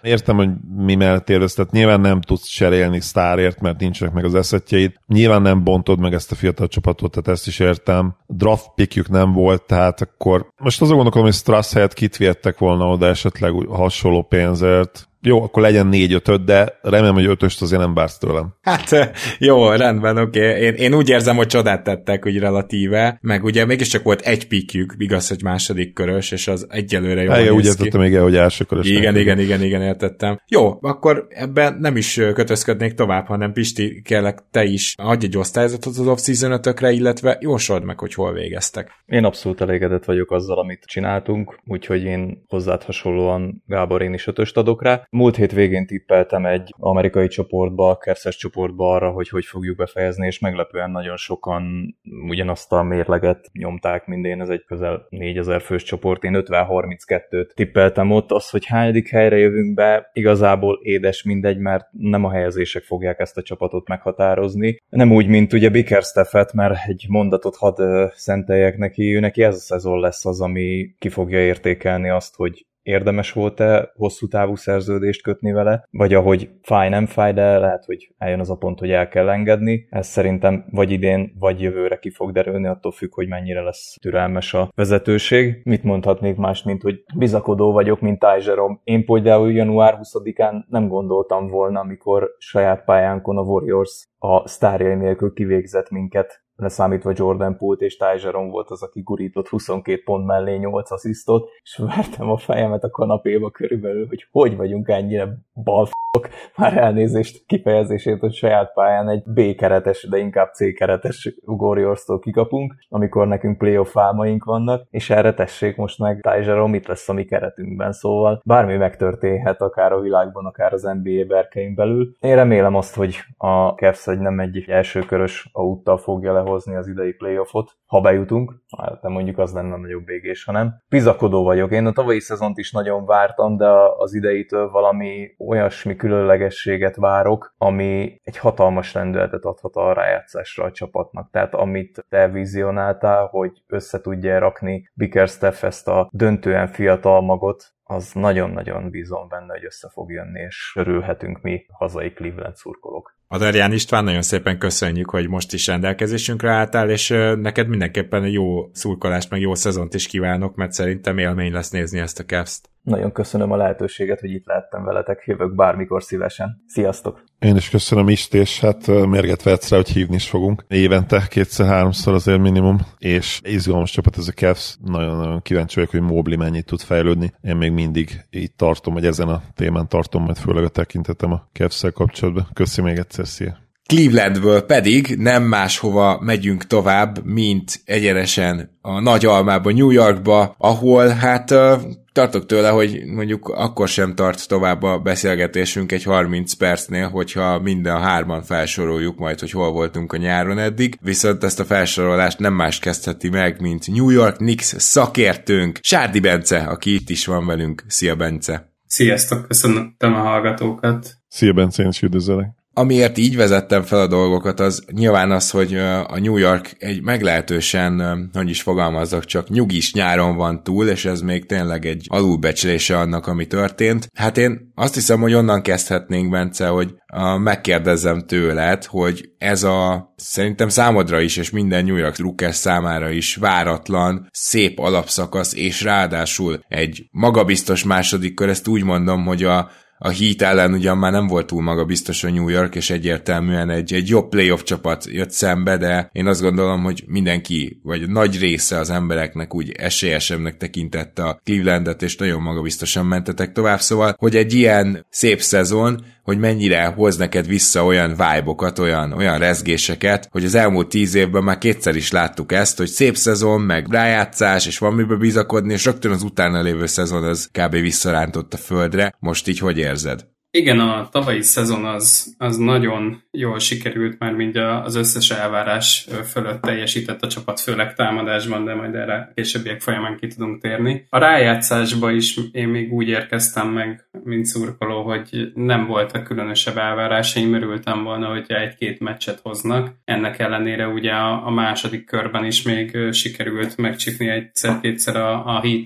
Értem, hogy mi mellett érvesz, tehát nyilván nem tudsz cserélni sztárért, mert nincsenek meg az eszetjeid. Nyilván nem bontod meg ezt a fiatal csapatot, tehát ezt is értem. Draft pickjük nem volt, tehát akkor most azon gondolkodom, hogy Strass helyett kit vihettek volna oda esetleg hasonló pénzért. Jó, akkor legyen négy-ötöd, de remélem, hogy ötöst azért nem vársz tőlem. Hát jó, rendben, oké. Okay. Én, én úgy érzem, hogy csodát tettek, úgy relatíve, meg ugye mégiscsak volt egy pikjük, igaz, hogy második körös, és az egyelőre jól néz ki. Úgy értettem még el, hogy első körös. Igen, igen, igen, igen, értettem. Jó, akkor ebben nem is kötözködnék tovább, hanem Pisti, kérlek, te is adj egy osztályzatot az off-season ötökre, illetve jósold meg, hogy hol végeztek. Én abszolút elégedett vagyok azzal, amit csináltunk, úgyhogy én hozzád hasonlóan, Gábor, én is ötöst adok rá. Múlt hét végén tippeltem egy amerikai csoportba, Kerszes csoportba arra, hogy hogy fogjuk befejezni, és meglepően nagyon sokan ugyanazt a mérleget nyomták, mint én, ez egy közel négyezer fős csoport, én ötven harminckettőt tippeltem ott, az, hogy hányadik helyre jövünk be, igazából édes mindegy, mert nem a helyezések fogják ezt a csapatot meghatározni. Nem úgy, mint ugye Bickerstaffet, mert egy mondatot hadd szenteljek neki, ő neki ez a szezon lesz az, ami ki fogja értékelni azt, hogy érdemes volt-e hosszú távú szerződést kötni vele, vagy ahogy fáj nem fáj, de lehet, hogy eljön az a pont, hogy el kell engedni. Ez szerintem vagy idén, vagy jövőre ki fog derülni, attól függ, hogy mennyire lesz türelmes a vezetőség. Mit mondhatnék más, mint hogy bizakodó vagyok, mint Ty Jerome. Én például január huszadikán nem gondoltam volna, amikor saját pályánkon a Warriors a sztárjai nélkül kivégzett minket, leszámítva Jordan Poole-t, és Ty Jerome volt az, aki gurított huszonkét pont mellé nyolc asszisztot, és vertem a fejemet a kanapéba körülbelül, hogy hogy vagyunk ennyire balfok, már elnézést kifejezését, hogy saját pályán egy B-keretes, de inkább C-keretes Warriors-tól kikapunk, amikor nekünk playoff álmaink vannak, és erre tessék most meg Ty Jerome, itt lesz a mi keretünkben, szóval bármi megtörténhet, akár a világban, akár az en bé á berkein belül. Én remélem azt, hogy a Cavs egy nem egy elsőkörös auttal fogja lehozni az idei playoffot, ha bejutunk, hát mondjuk az lenne nagyobb végés, ha nem. Bizakodó vagyok. Én a tavalyi szezont is nagyon vártam, de az ideitől valami olyasmi különlegességet várok, ami egy hatalmas lendületet adhat a rájátszásra a csapatnak. Tehát amit te vizionáltál, hogy össze tudja rakni Bickerstaff ezt a döntően fiatal magot, az nagyon-nagyon bízom benne, hogy össze fog jönni, és örülhetünk mi hazai Cleveland szurkolók. Adarján István, nagyon szépen köszönjük, hogy most is rendelkezésünkre álltál, és neked mindenképpen jó szurkolást, meg jó szezont is kívánok, mert szerintem élmény lesz nézni ezt a Cavs-t. Nagyon köszönöm a lehetőséget, hogy itt lehettem veletek, jövök bármikor szívesen. Sziasztok! Én is köszönöm Ist, és hát mérget vehetsz rá, hogy hívni is fogunk. Évente kétszer-háromszor azért minimum, és izgalmas csapat ez a Cavs. Nagyon-nagyon kíváncsi vagyok, hogy Mobley mennyit tud fejlődni. Én még mindig így tartom, vagy ezen a témán tartom, majd főleg a tekintetem a Cavs-szel kapcsolatban. Köszi még egyszer, szia! Clevelandből pedig nem máshova megyünk tovább, mint egyenesen a nagy almába, New Yorkba, ahol hát tartok tőle, hogy mondjuk akkor sem tart tovább a beszélgetésünk egy harminc percnél, hogyha minden hárman felsoroljuk majd, hogy hol voltunk a nyáron eddig, viszont ezt a felsorolást nem más kezdheti meg, mint New York Knicks szakértőnk, Sárdi Bence, aki itt is van velünk. Szia, Bence! Sziasztok, köszönöm a hallgatókat! Szia, Bence, én is üdvözöllek! Amiért így vezettem fel a dolgokat, az nyilván az, hogy a New York egy meglehetősen, hogy is fogalmazzak, csak nyugis nyáron van túl, és ez még tényleg egy alulbecslése annak, ami történt. Hát én azt hiszem, hogy onnan kezdhetnénk, Bence, hogy megkérdezzem tőled, hogy ez a szerintem számodra is, és minden New York Rookers számára is váratlan, szép alapszakasz, és ráadásul egy magabiztos második kör, ezt úgy mondom, hogy a A Heat ellen ugyan már nem volt túl magabiztos a New York, és egyértelműen egy, egy jobb playoff csapat jött szembe, de én azt gondolom, hogy mindenki, vagy nagy része az embereknek úgy esélyesebbnek tekintette a Clevelandet, és nagyon magabiztosan mentetek tovább, szóval, hogy egy ilyen szép szezon, hogy mennyire hoz neked vissza olyan vibe-okat, olyan, olyan rezgéseket, hogy az elmúlt tíz évben már kétszer is láttuk ezt, hogy szép szezon, meg rájátszás, és van mibe bizakodni, és rögtön az utána lévő szezon az kb. Visszarántott a földre. Most így hogy érzed? Igen, a tavalyi szezon az, az nagyon jól sikerült, már mind az összes elvárás fölött teljesített a csapat, főleg támadásban, de majd erre későbbiek folyamán ki tudunk térni. A rájátszásba is én még úgy érkeztem meg, mint szurkoló, hogy nem voltak különösebb elvárásaim, örültem volna, hogyha egy-két meccset hoznak. Ennek ellenére ugye a, a második körben is még sikerült megcsipni egyszer-kétszer a, a Heatet.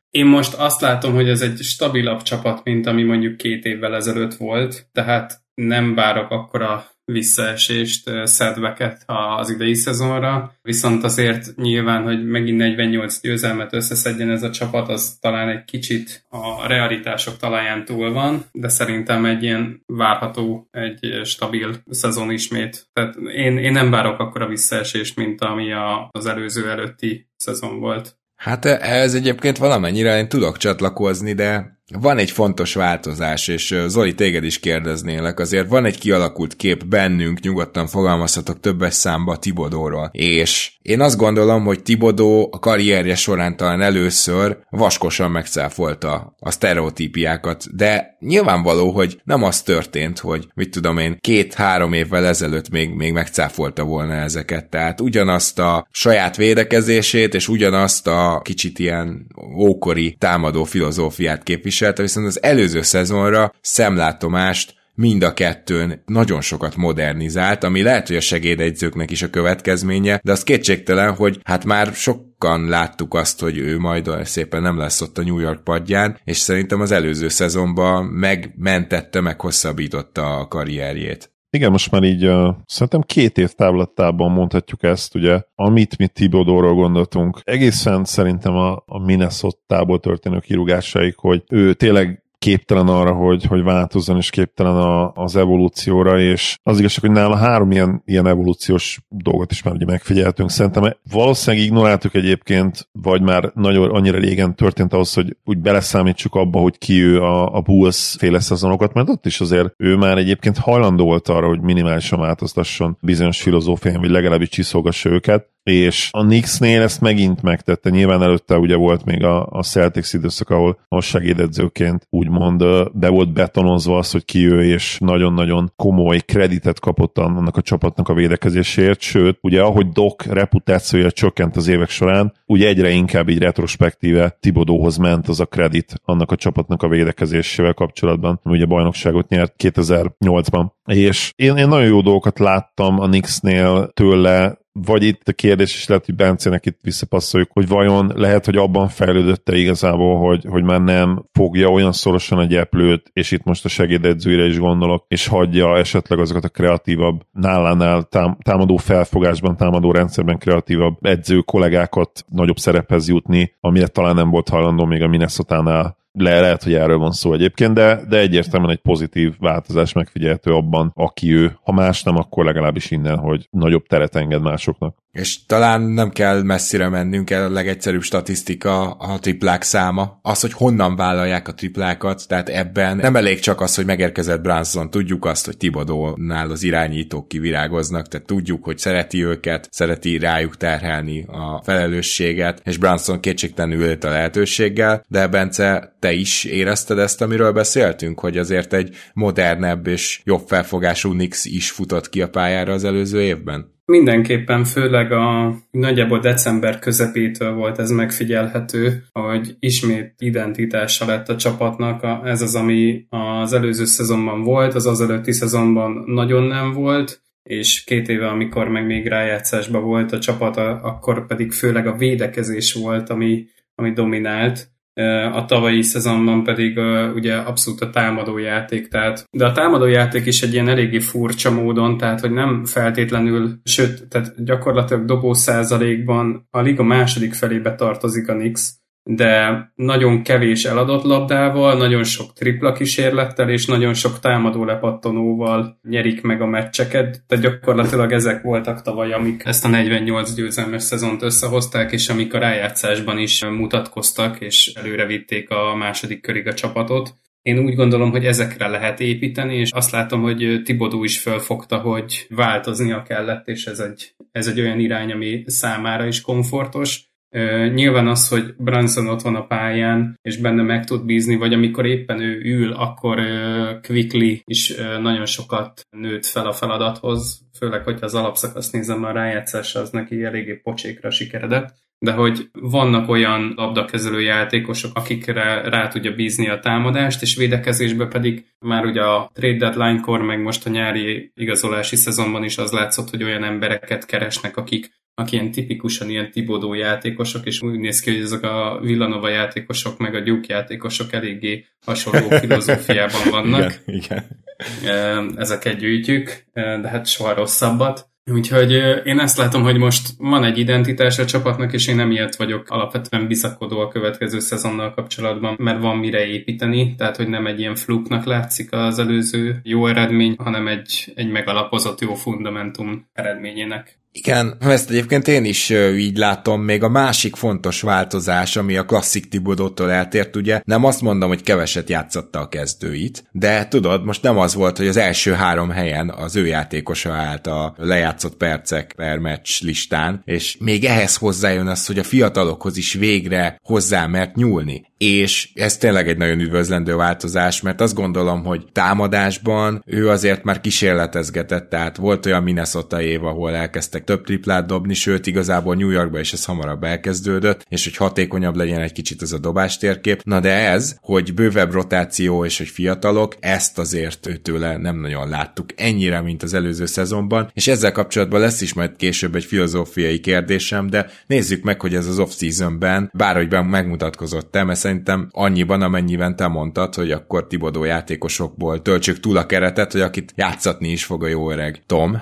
Én most azt látom, hogy ez egy stabilabb csapat, mint ami mondjuk két évvel ezelőtt volt, tehát nem várok akkora visszaesést, setbacket az idei szezonra, viszont azért nyilván, hogy megint negyvennyolc győzelmet összeszedjen ez a csapat, az talán egy kicsit a realitások talaján túl van, de szerintem egy ilyen várható, egy stabil szezon ismét. Tehát én, én nem várok akkora visszaesést, mint ami a, az előző előtti szezon volt. Hát ez egyébként valamennyire én tudok csatlakozni, de van egy fontos változás, és Zoli, téged is kérdeznélek, azért van egy kialakult kép bennünk, nyugodtan fogalmazhatok többes számba Thibodeauról, és én azt gondolom, hogy Thibodeau a karrierje során talán először vaskosan megcáfolta a sztereotípiákat, de nyilvánvaló, hogy nem az történt, hogy mit tudom én, két-három évvel ezelőtt még, még megcáfolta volna ezeket, tehát ugyanazt a saját védekezését, és ugyanazt a kicsit ilyen ókori támadó filozófiát képviselte, viszont az előző szezonra szemlátomást mind a kettőn nagyon sokat modernizált, ami lehet, hogy a segédegyzőknek is a következménye, de az kétségtelen, hogy hát már sokan láttuk azt, hogy ő majd szépen nem lesz ott a New York padján, és szerintem az előző szezonban megmentette, meghosszabbította a karrierjét. Igen, most már így uh, szerintem két év távlattában mondhatjuk ezt, ugye, amit mi Thibodeauról gondoltunk. Egészen szerintem a, a Minnesota-ból történő kirúgásaik, hogy ő tényleg képtelen arra, hogy, hogy változzon, és képtelen a, az evolúcióra, és az igazság, hogy nála három ilyen, ilyen evolúciós dolgot is már ugye megfigyeltünk. Szerintem valószínűleg ignoráltuk egyébként, vagy már nagyon annyira régen történt ahhoz, hogy úgy beleszámítsuk abba, hogy ki ő a, a Bulls féle szezonokat, mert ott is azért ő már egyébként hajlandó volt arra, hogy minimálisan változtasson bizonyos filozófián, vagy legalábbis csiszolgassa őket, és a Knicksnél ezt megint megtette. Nyilván előtte ugye volt még a, a Celtics időszak, ahol a segédedzőként úgymond be volt betonozva az, hogy ki ő, és nagyon-nagyon komoly kreditet kapott annak a csapatnak a védekezéséért, sőt, ugye ahogy Doc reputációja csökkent az évek során, ugye egyre inkább így retrospektíve Thibodeauhoz ment az a kredit annak a csapatnak a védekezésével kapcsolatban, ami ugye bajnokságot nyert kétezer-nyolcban. És én, én nagyon jó dolgokat láttam a Knicksnél tőle, vagy itt a kérdés is lehet, hogy Bencének itt visszapasszoljuk, hogy vajon lehet, hogy abban fejlődött-e igazából, hogy, hogy már nem fogja olyan szorosan a gyeplőt, és itt most a segédedzőire is gondolok, és hagyja esetleg azokat a kreatívabb, nálánál tám- támadó felfogásban, támadó rendszerben kreatívabb edző kollégákat nagyobb szerephez jutni, amire talán nem volt hajlandó még a Minnesotánál. Le, lehet, hogy erről van szó egyébként, de, de egyértelműen egy pozitív változás megfigyelhető abban, aki ő. Ha más nem, akkor legalábbis innen, hogy nagyobb teret enged másoknak. És talán nem kell messzire mennünk, el a legegyszerűbb statisztika a triplák száma. Az, hogy honnan vállalják a triplákat, tehát ebben nem elég csak az, hogy megérkezett Brunson. Tudjuk azt, hogy Thibodeaunál az irányítók kivirágoznak, tehát tudjuk, hogy szereti őket, szereti rájuk terhelni a felelősséget, és Brunson kétségtelenül élt a lehetőséggel, de Bence, te is érezted ezt, amiről beszéltünk, hogy azért egy modernebb és jobb felfogású Knicks is futott ki a pályára az előző évben? Mindenképpen, főleg a nagyjából december közepétől volt ez megfigyelhető, hogy ismét identitása lett a csapatnak. Ez az, ami az előző szezonban volt, az az előtti szezonban nagyon nem volt, és két éve, amikor meg még rájátszásban volt a csapat, akkor pedig főleg a védekezés volt, ami, ami dominált. A tavalyi szezonban pedig uh, ugye abszolút a támadójáték, tehát, de a támadójáték is egy ilyen eléggé furcsa módon, tehát hogy nem feltétlenül, sőt, tehát gyakorlatilag dobó százalékban a liga második felébe tartozik a Knicks, de nagyon kevés eladott labdával, nagyon sok tripla kísérlettel és nagyon sok támadó lepattanóval nyerik meg a meccseket, tehát gyakorlatilag ezek voltak tavaly, amik ezt a negyvennyolc győzelmes szezont összehozták, és amik a rájátszásban is mutatkoztak, és előre vitték a második körig a csapatot. Én úgy gondolom, hogy ezekre lehet építeni, és azt látom, hogy Thibodeau is felfogta, hogy változnia kellett, és ez egy, ez egy olyan irány, ami számára is komfortos. Uh, nyilván az, hogy Brunson ott van a pályán, és benne meg tud bízni, vagy amikor éppen ő ül, akkor uh, Quickly is uh, nagyon sokat nőtt fel a feladathoz, főleg, hogyha az alapszakaszt nézem, a rájátszása az neki eléggé pocsékra sikeredett, de hogy vannak olyan labdakezelő játékosok, akikre rá tudja bízni a támadást, és védekezésbe pedig már ugye a trade deadline-kor, meg most a nyári igazolási szezonban is az látszott, hogy olyan embereket keresnek, akik aki ilyen tipikusan ilyen Thibodeau játékosok, és úgy néz ki, hogy ezek a Villanova játékosok, meg a Duke játékosok eléggé hasonló filozófiában vannak. Igen, igen. Ezeket gyűjtjük, de hát soha rosszabbat. Úgyhogy én ezt látom, hogy most van egy identitás a csapatnak, és én emiatt vagyok alapvetően bizakodó a következő szezonnal kapcsolatban, mert van mire építeni, tehát hogy nem egy ilyen fluknak látszik az előző jó eredmény, hanem egy, egy megalapozott jó fundamentum eredményének. Igen, ezt egyébként én is így látom, még a másik fontos változás, ami a klasszik Thibodeautól eltért, ugye, nem azt mondom, hogy keveset játszatta a kezdőit, de tudod, most nem az volt, hogy az első három helyen az ő játékosa állt a lejátszott percek per meccs listán, és még ehhez hozzájön az, hogy a fiatalokhoz is végre hozzá mert nyúlni. És ez tényleg egy nagyon üdvözlendő változás, mert azt gondolom, hogy támadásban ő azért már kísérletezgetett, tehát volt olyan Minnesota év, ahol elkezdtek több triplát dobni, sőt igazából New Yorkban is ez hamarabb elkezdődött, és hogy hatékonyabb legyen egy kicsit ez a dobástérkép. Na de ez, hogy bővebb rotáció és hogy fiatalok, ezt azért őtőle nem nagyon láttuk ennyire, mint az előző szezonban, és ezzel kapcsolatban lesz is majd később egy filozófiai kérdésem, de nézzük meg, hogy ez az off-seasonben bárhogyben megmutatkozott, mert szerintem annyiban, amennyiben te mondtad, hogy akkor Thibodeau játékosokból töltsük túl a keretet, hogy akit játszatni is fog a jó öreg Tom,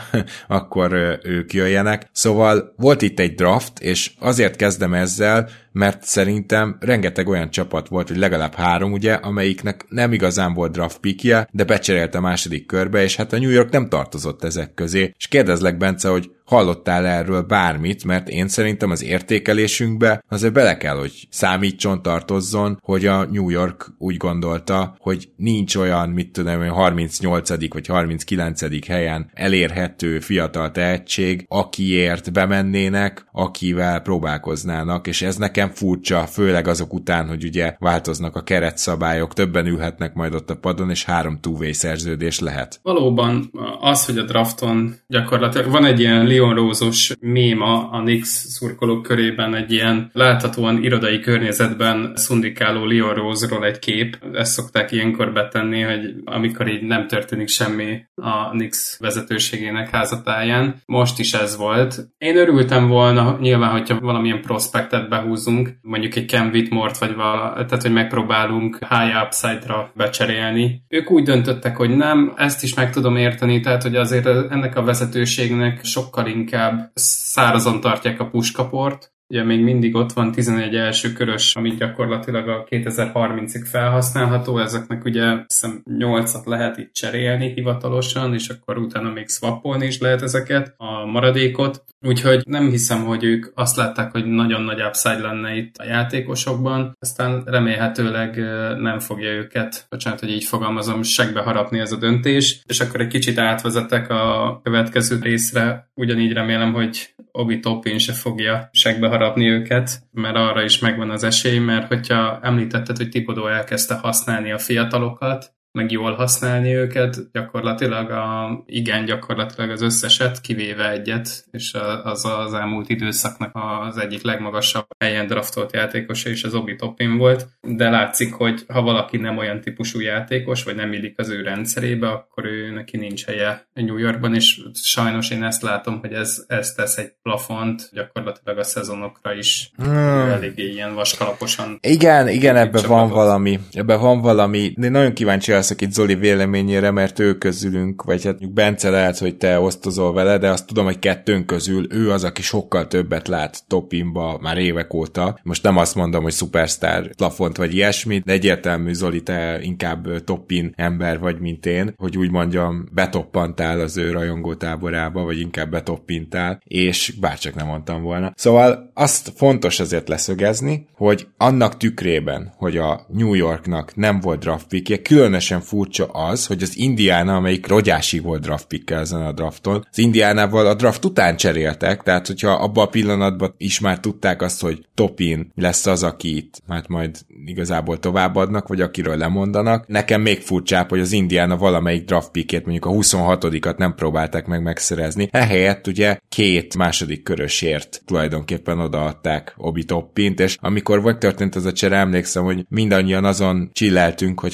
akkor ők jöjjenek. Szóval volt itt egy draft, és azért kezdem ezzel, mert szerintem rengeteg olyan csapat volt, hogy legalább három, ugye, amelyiknek nem igazán volt draft pickje, de becserélt a második körbe, és hát a New York nem tartozott ezek közé. És kérdezlek, Bence, hogy hallottál erről bármit, mert én szerintem az értékelésünkbe azért bele kell, hogy számítson, tartozzon, hogy a New York úgy gondolta, hogy nincs olyan, mit tudom, hogy harmincnyolcadik vagy harminckilencedik helyen elérhető fiatal tehetség, akiért bemennének, akivel próbálkoznának, és ez nekem furcsa, főleg azok után, hogy ugye változnak a keretszabályok, többen ülhetnek majd ott a padon, és három two-way szerződés lehet. Valóban az, hogy a drafton gyakorlatilag van egy ilyen Leon Rose-os mém a, a Knicks szurkolók körében, egy ilyen láthatóan irodai környezetben szundikáló Leon Rose-ról egy kép. Ezt szokták ilyenkor betenni, hogy amikor így nem történik semmi a Knicks vezetőségének házatáján. Most is ez volt. Én örültem volna, nyilván, hogyha valamilyen prospektet behúzunk, mondjuk egy Cam Whitmore-t, vagy vala, tehát, hogy megpróbálunk high upside-ra becserélni. Ők úgy döntöttek, hogy nem, ezt is meg tudom érteni, tehát, hogy azért ennek a vezetőségnek sokkal inkább szárazon tartják a puskaport. Ugye még mindig ott van tizenegy első körös, ami gyakorlatilag a kétezer-harmincig felhasználható, ezeknek ugye hiszem nyolcat lehet itt cserélni hivatalosan, és akkor utána még swapolni is lehet ezeket, a maradékot. Úgyhogy nem hiszem, hogy ők azt látták, hogy nagyon nagy upside lenne itt a játékosokban, aztán remélhetőleg nem fogja őket, bocsánat, hogy így fogalmazom, segbe harapni ez a döntés, és akkor egy kicsit átvezetek a következő részre, ugyanígy remélem, hogy Obi Toppin se fogja segbe harapni őket, mert arra is megvan az esély, mert hogyha említetted, hogy Thibodeau elkezdte használni a fiatalokat, meg jól használni őket, gyakorlatilag a, igen, gyakorlatilag az összeset, kivéve egyet, és az az elmúlt időszaknak az egyik legmagasabb helyen draftolt játékosa is az Obi Toppin volt, de látszik, hogy ha valaki nem olyan típusú játékos, vagy nem illik az ő rendszerébe, akkor ő neki nincs helye New Yorkban, és sajnos én ezt látom, hogy ez, ez tesz egy plafont gyakorlatilag a szezonokra is hmm. eléggé ilyen vaskalaposan. Igen, igen, ebben van valami, ebben van valami, de nagyon kíváncsi leszek itt Zoli véleményére, mert ő közülünk, vagy hát Bence lehet, hogy te osztozol vele, de azt tudom, hogy kettőnk közül ő az, aki sokkal többet lát Toppinba már évek óta. Most nem azt mondom, hogy szupersztár plafont vagy ilyesmit, de egyértelmű, Zoli, te inkább Toppin ember vagy, mint én, hogy úgy mondjam, betoppantál az ő rajongótáborába, vagy inkább betoppintál, és bárcsak nem mondtam volna. Szóval azt fontos azért leszögezni, hogy annak tükrében, hogy a New Yorknak nem volt draft pickje, különösen furcsa az, hogy az Indiana, amelyik rogyásig volt draft pickkel ezen a drafton, az Indiánával a draft után cseréltek, tehát hogyha abban a pillanatban is már tudták azt, hogy Toppin lesz az, akit hát majd igazából továbbadnak, vagy akiről lemondanak. Nekem még furcsább, hogy az Indiana valamelyik draft pickét, mondjuk a huszonhatodikat nem próbálták meg megszerezni. Ehelyett ugye két második körösért tulajdonképpen odaadták Obi Toppint, és amikor vagy történt ez a csere, emlékszem, hogy mindannyian azon csilleltünk, hogy hát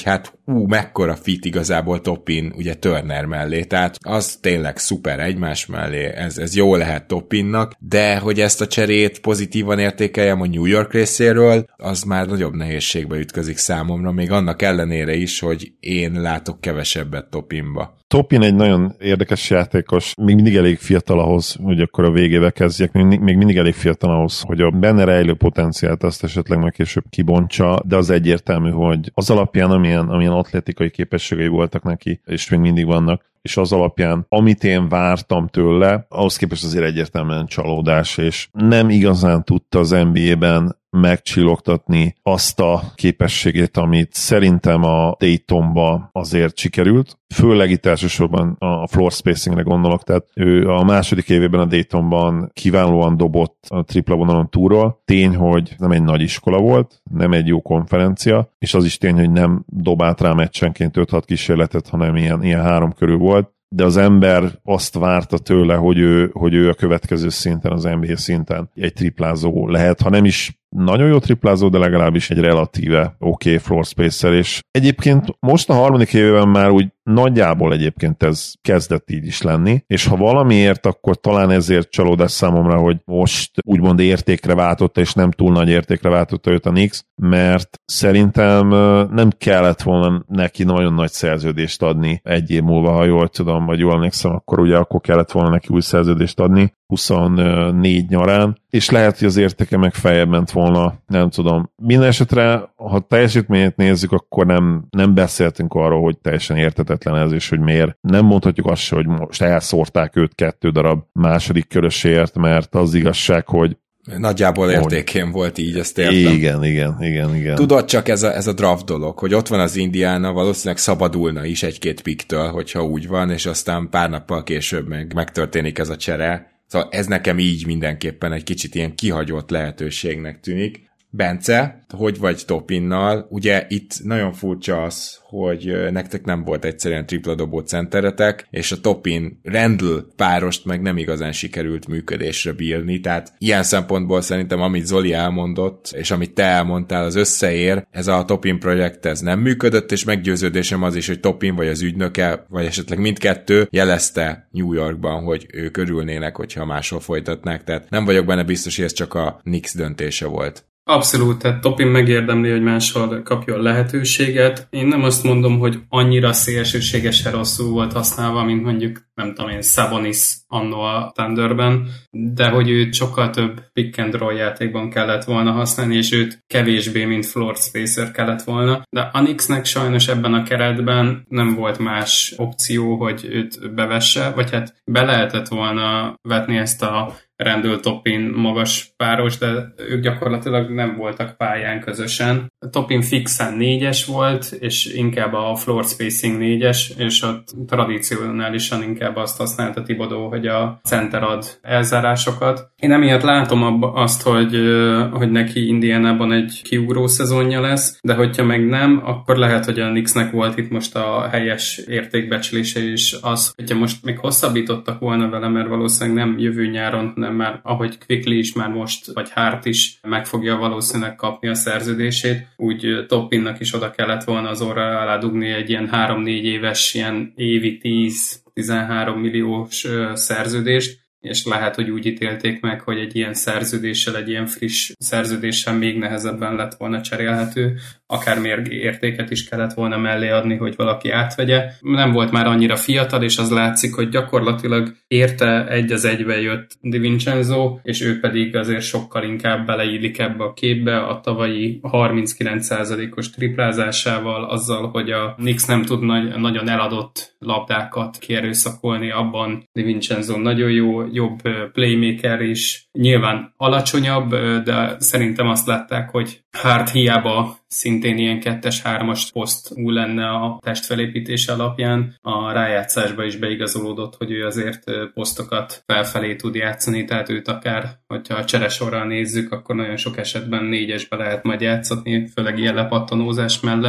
ú, mekkora fit igazából Toppin ugye Turner mellé, tehát az tényleg szuper egymás mellé, ez, ez jó lehet Toppinnak, de hogy ezt a cserét pozitívan értékeljem a New York részéről, az már nagyobb nehézségbe ütközik számomra, még annak ellenére is, hogy én látok kevesebbet Toppinba. Toppin egy nagyon érdekes játékos, még mindig elég fiatal ahhoz, hogy akkor a végébe kezdjek, még, még mindig elég fiatal ahhoz, hogy a benne rejlő potenciált azt esetleg meg később kibontsa, de az egyértelmű, hogy az alapján, amilyen, amilyen atlétikai képességei voltak neki, és még mindig vannak, és az alapján, amit én vártam tőle, ahhoz képest azért egyértelműen csalódás, és nem igazán tudta az en bé á-ben megcsillogtatni azt a képességét, amit szerintem a Daytonba azért sikerült. Főleg itt elsősorban a floor spacingre gondolok, tehát ő a második évében a Daytonban kiválóan dobott a tripla vonalon túlról. Tény, hogy nem egy nagy iskola volt, nem egy jó konferencia, és az is tény, hogy nem dobált rá meccsenként öt-hat kísérletet, hanem ilyen, ilyen három körül volt. De az ember azt várta tőle, hogy ő, hogy ő a következő szinten, az en bé á szinten egy triplázó lehet, ha nem is nagyon jó triplázó, de legalábbis egy relatíve oké okay floor spacer, és egyébként most a harmadik évben már úgy nagyjából egyébként ez kezdett így is lenni, és ha valamiért, akkor talán ezért csalódás számomra, hogy most úgymond értékre váltotta, és nem túl nagy értékre váltotta őt a Knicks, mert szerintem nem kellett volna neki nagyon nagy szerződést adni egy év múlva, ha jól tudom, vagy jól emlékszem, akkor ugye akkor kellett volna neki új szerződést adni, huszonnégy nyarán, és lehet, hogy az értéke meg feljebb ment volna, nem tudom. Minden esetre, ha teljesítményét nézzük, akkor nem, nem beszéltünk arról, hogy teljesen értetetlen ez, és hogy miért. Nem mondhatjuk azt se, hogy most elszórták őt kettő darab második körösért, mert az igazság, hogy nagyjából értékén volt így, ezt értem. Igen, igen, igen, igen. Tudod, csak ez a, ez a draft dolog, hogy ott van az Indiana, valószínűleg szabadulna is egy-két piktől, hogyha úgy van, és aztán pár nappal később meg megtörténik ez a csere. Szóval ez nekem így mindenképpen egy kicsit ilyen kihagyott lehetőségnek tűnik. Bence, hogy vagy Toppinnal? Ugye itt nagyon furcsa az, hogy nektek nem volt egyszerűen tripla dobó centeretek, és a Toppin Randall párost meg nem igazán sikerült működésre bírni, tehát ilyen szempontból szerintem, amit Zoli elmondott, és amit te elmondtál, az összeér, ez a Toppin projekt ez nem működött, és meggyőződésem az is, hogy Toppin vagy az ügynöke, vagy esetleg mindkettő jelezte New Yorkban, hogy ők örülnének, hogyha máshol folytatnák, tehát nem vagyok benne biztos, hogy ez csak a Knicks döntése volt. Abszolút, tehát Toppin megérdemli, hogy máshol kapjon lehetőséget. Én nem azt mondom, hogy annyira szélsőségesen rosszul volt használva, mint mondjuk, nem tudom én, Sabonis annó a Thunderben, de hogy őt sokkal több pick and roll játékban kellett volna használni, és őt kevésbé, mint floor spacer kellett volna. De a Knicksnek sajnos ebben a keretben nem volt más opció, hogy őt bevesse, vagy hát be lehetett volna vetni ezt a Randall Toppin magas páros, de ők gyakorlatilag nem voltak pályán közösen. A Toppin fixen négyes volt, és inkább a floor spacing négyes, és ott tradicionálisan inkább azt használta Thibodeau, hogy a center ad elzárásokat. Én emiatt látom abba azt, hogy, hogy neki Indiánában egy kiugró szezonja lesz, de hogyha meg nem, akkor lehet, hogy a Knicksnek volt itt most a helyes értékbecslése is az, hogyha most még hosszabbítottak volna vele, mert valószínűleg nem jövő nyáron, nem már ahogy Quickly is már most, vagy Hart is meg fogja valószínűleg kapni a szerződését, úgy Toppinnak is oda kellett volna az orra alá dugni egy ilyen három-négy éves, ilyen évi tíz-tizenhárom milliós szerződést, és lehet, hogy úgy ítélték meg, hogy egy ilyen szerződéssel, egy ilyen friss szerződéssel még nehezebben lett volna cserélhető, akár mérg értéket is kellett volna mellé adni, hogy valaki átvegye. Nem volt már annyira fiatal, és az látszik, hogy gyakorlatilag érte egy az egybe jött DiVincenzo, és ő pedig azért sokkal inkább beleillik ebbe a képbe a tavalyi harminckilenc százalékos triplázásával, azzal, hogy a Knicks nem tud nagy, nagyon eladott labdákat kierőszakolni, abban DiVincenzo nagyon jó, jobb playmaker is, nyilván alacsonyabb, de szerintem azt látták, hogy Hart hiába szintén ilyen kettes-hármas posztú lenne a testfelépítése alapján. A rájátszásba is beigazolódott, hogy ő azért posztokat felfelé tud játszani, tehát őt akár, hogyha a cseresorral nézzük, akkor nagyon sok esetben négyesbe lehet majd játszatni, főleg ilyen lepattanózás mellett.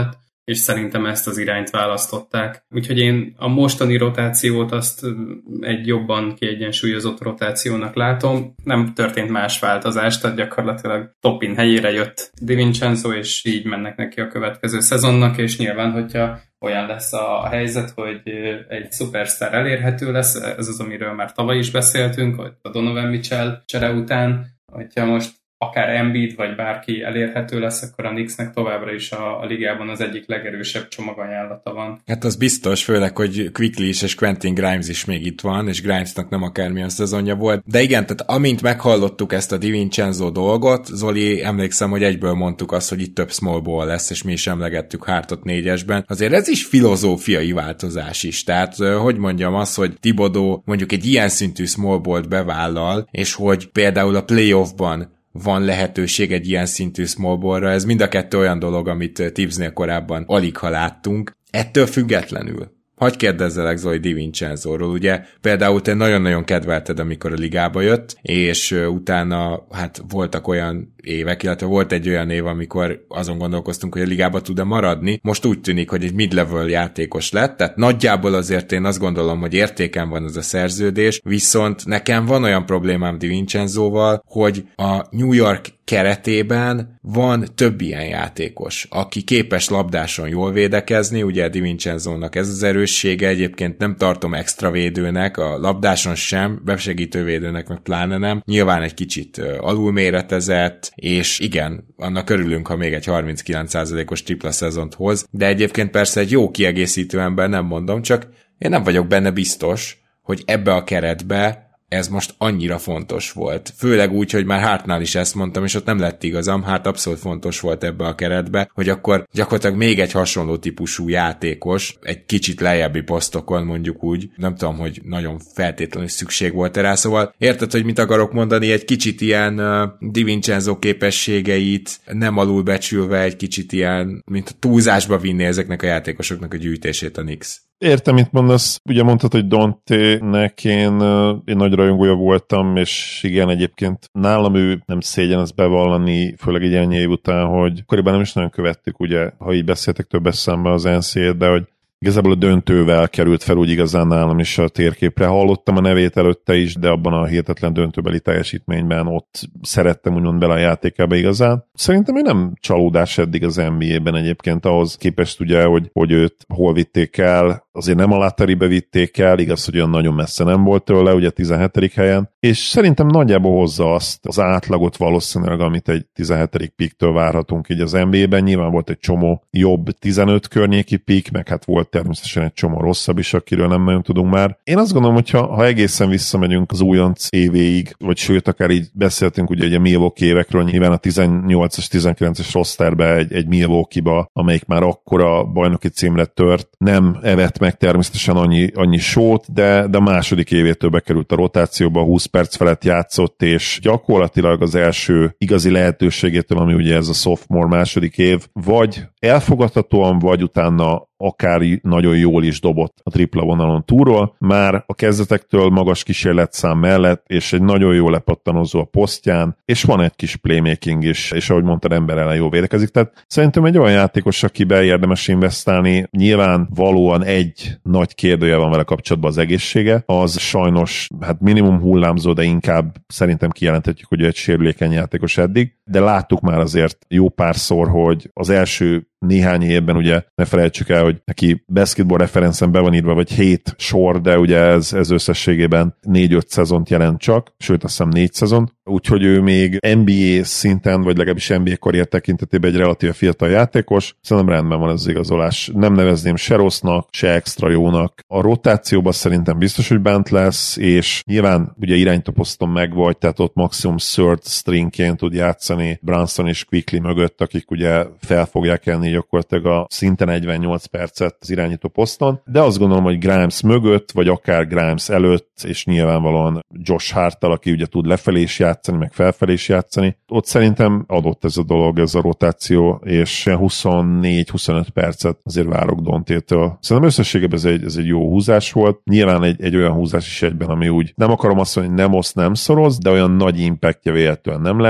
és szerintem ezt az irányt választották. Úgyhogy én a mostani rotációt azt egy jobban kiegyensúlyozott rotációnak látom. Nem történt más változás, tehát gyakorlatilag Toppin helyére jött DiVincenzo, és így mennek neki a következő szezonnak, és nyilván, hogyha olyan lesz a helyzet, hogy egy szupersztár elérhető lesz, ez az, amiről már tavaly is beszéltünk, hogy a Donovan Mitchell csere után, hogyha most akár Embiid vagy bárki elérhető lesz, akkor a Knicksnek továbbra is a, a ligában az egyik legerősebb csomagajánlata van. Hát az biztos, főleg, hogy Quickley is és Quentin Grimes is még itt van, és Grimesnak nem akármilyen szezonja volt. De igen, tehát amint meghallottuk ezt a DiVincenzo dolgot, Zoli, emlékszem, hogy egyből mondtuk azt, hogy itt több small ball lesz, és mi is emlegettük Hartot négyesben. Azért ez is filozófiai változás is. Tehát, hogy mondjam azt, hogy Thibodeau mondjuk egy ilyen szintű small ballt bevállal, és hogy például a playoffban van lehetőség egy ilyen szintű small ballra, ez mind a kettő olyan dolog, amit Tibbsnél korábban alig ha láttunk. Ettől függetlenül, hadd kérdezzelek Zoli DiVincenzóról, ugye például te nagyon-nagyon kedvelted, amikor a ligába jött, és utána hát voltak olyan évek, illetve volt egy olyan év, amikor azon gondolkoztunk, hogy a ligába tud-e maradni. Most úgy tűnik, hogy egy mid-level játékos lett, tehát nagyjából azért én azt gondolom, hogy értéken van az a szerződés, viszont nekem van olyan problémám DiVincenzóval, hogy a New York keretében van több ilyen játékos, aki képes labdáson jól védekezni, ugye DiVincenzónak ez az erőssége, egyébként nem tartom extra védőnek, a labdáson sem, besegítő védőnek meg pláne nem, nyilván egy kicsit alulméretezett, és igen, annak örülünk, ha még egy harminckilenc százalékos tripla szezont hoz, de egyébként persze egy jó kiegészítő ember, nem mondom, csak én nem vagyok benne biztos, hogy ebbe a keretbe ez most annyira fontos volt. Főleg úgy, hogy már Hartnál is ezt mondtam, és ott nem lett igazam, Hart abszolút fontos volt ebbe a keretbe, hogy akkor gyakorlatilag még egy hasonló típusú játékos, egy kicsit lejjebbi posztokon mondjuk úgy, nem tudom, hogy nagyon feltétlenül szükség volt rá, szóval érted, hogy mit akarok mondani, egy kicsit ilyen uh, DiVincenzo képességeit nem alulbecsülve, egy kicsit ilyen, mint a túlzásba vinni ezeknek a játékosoknak a gyűjtését a Knicks. Értem, mit mondasz. Ugye mondtad, hogy Dante-nek én, én nagy rajongója voltam, és igen, egyébként nálam ő nem szégyen ezt bevallani, főleg egy ennyi év után, hogy akkoriban nem is nagyon követtük, ugye, ha így beszéltek többes számban az en cé á-t, de hogy igazából a döntővel került fel úgy igazán nálam is a térképre. Hallottam a nevét előtte is, de abban a hihetetlen döntőbeli teljesítményben ott szerettem úgymond bele a játékába igazán. Szerintem ő nem csalódás eddig az en bé á-ben egyébként, ahhoz képest ugye, hogy, hogy őt hol vitték el, azért nem a lotterybe vitték el, igaz, hogy olyan nagyon messze nem volt tőle, ugye tizenhetedik helyen, és szerintem nagyjából hozza azt az átlagot valószínűleg, amit egy tizenhetedik piktől várhatunk így az en bé á-ben. Nyilván volt egy csomó jobb tizenöt környéki pik, meg hát volt természetesen egy csomó rosszabb is, akiről nem nagyon tudunk már. Én azt gondolom, hogy ha, ha egészen visszamegyünk az újonc évéig, vagy sőt, akár így beszéltünk ugye, ugye a Milwaukee évekről, nyilván a tizennyolcas tizenkilences rosterbe egy, egy Milwaukee-ba, amelyik már akkora bajnoki címre tört, nem evett meg természetesen annyi, annyi sót, de, de a második évétől bekerült a rotációba, húsz perc felett játszott, és gyakorlatilag az első igazi lehetőségétől, ami ugye ez a sophomore második év, vagy elfogadhatóan, vagy utána akár nagyon jól is dobott a tripla vonalon túlról, már a kezdetektől magas kísérletszám mellett, és egy nagyon jó lepattanozó a posztján, és van egy kis playmaking is, és ahogy mondtad, ember ellen jól védekezik. Tehát szerintem egy olyan játékos, akiben érdemes investálni, nyilván valóan egy nagy kérdője van vele kapcsolatban az egészsége, az sajnos hát minimum hullámzó, de inkább szerintem kijelenthetjük, hogy egy sérülékeny játékos eddig, de láttuk már azért jó párszor, hogy az első néhány évben ugye ne felejtsük el, hogy neki basketball referencen be van írva, vagy hét sor, de ugye ez, ez összességében négy-öt szezont jelent csak, sőt azt hiszem négy szezon, úgyhogy ő még en bé á szinten, vagy legalábbis en bé á karrier tekintetében egy relatív fiatal játékos. Szerintem rendben van ez az igazolás. Nem nevezném se rossznak, se extra jónak. A rotációban szerintem biztos, hogy bent lesz, és nyilván ugye iránytoposzton meg vagy, tehát ott maximum third stringként tud játszani Brunson és Quickley mögött, akik ugye fel fogják elni gyakorlatilag a szinte negyvennyolc percet az irányító poszton, de azt gondolom, hogy Grimes mögött, vagy akár Grimes előtt, és nyilvánvalóan Josh Harttal, aki ugye tud lefelé is játszani, meg felfelé is játszani. Ott szerintem adott ez a dolog, ez a rotáció, és huszonnégy-huszonöt percet azért várok Dontétől. Szerintem összességében ez egy, ez egy jó húzás volt. Nyilván egy, egy olyan húzás is egyben, ami úgy nem akarom azt mondani, hogy nem osz, nem szoroz, de olyan nagy impactja véletlenül nem lesz.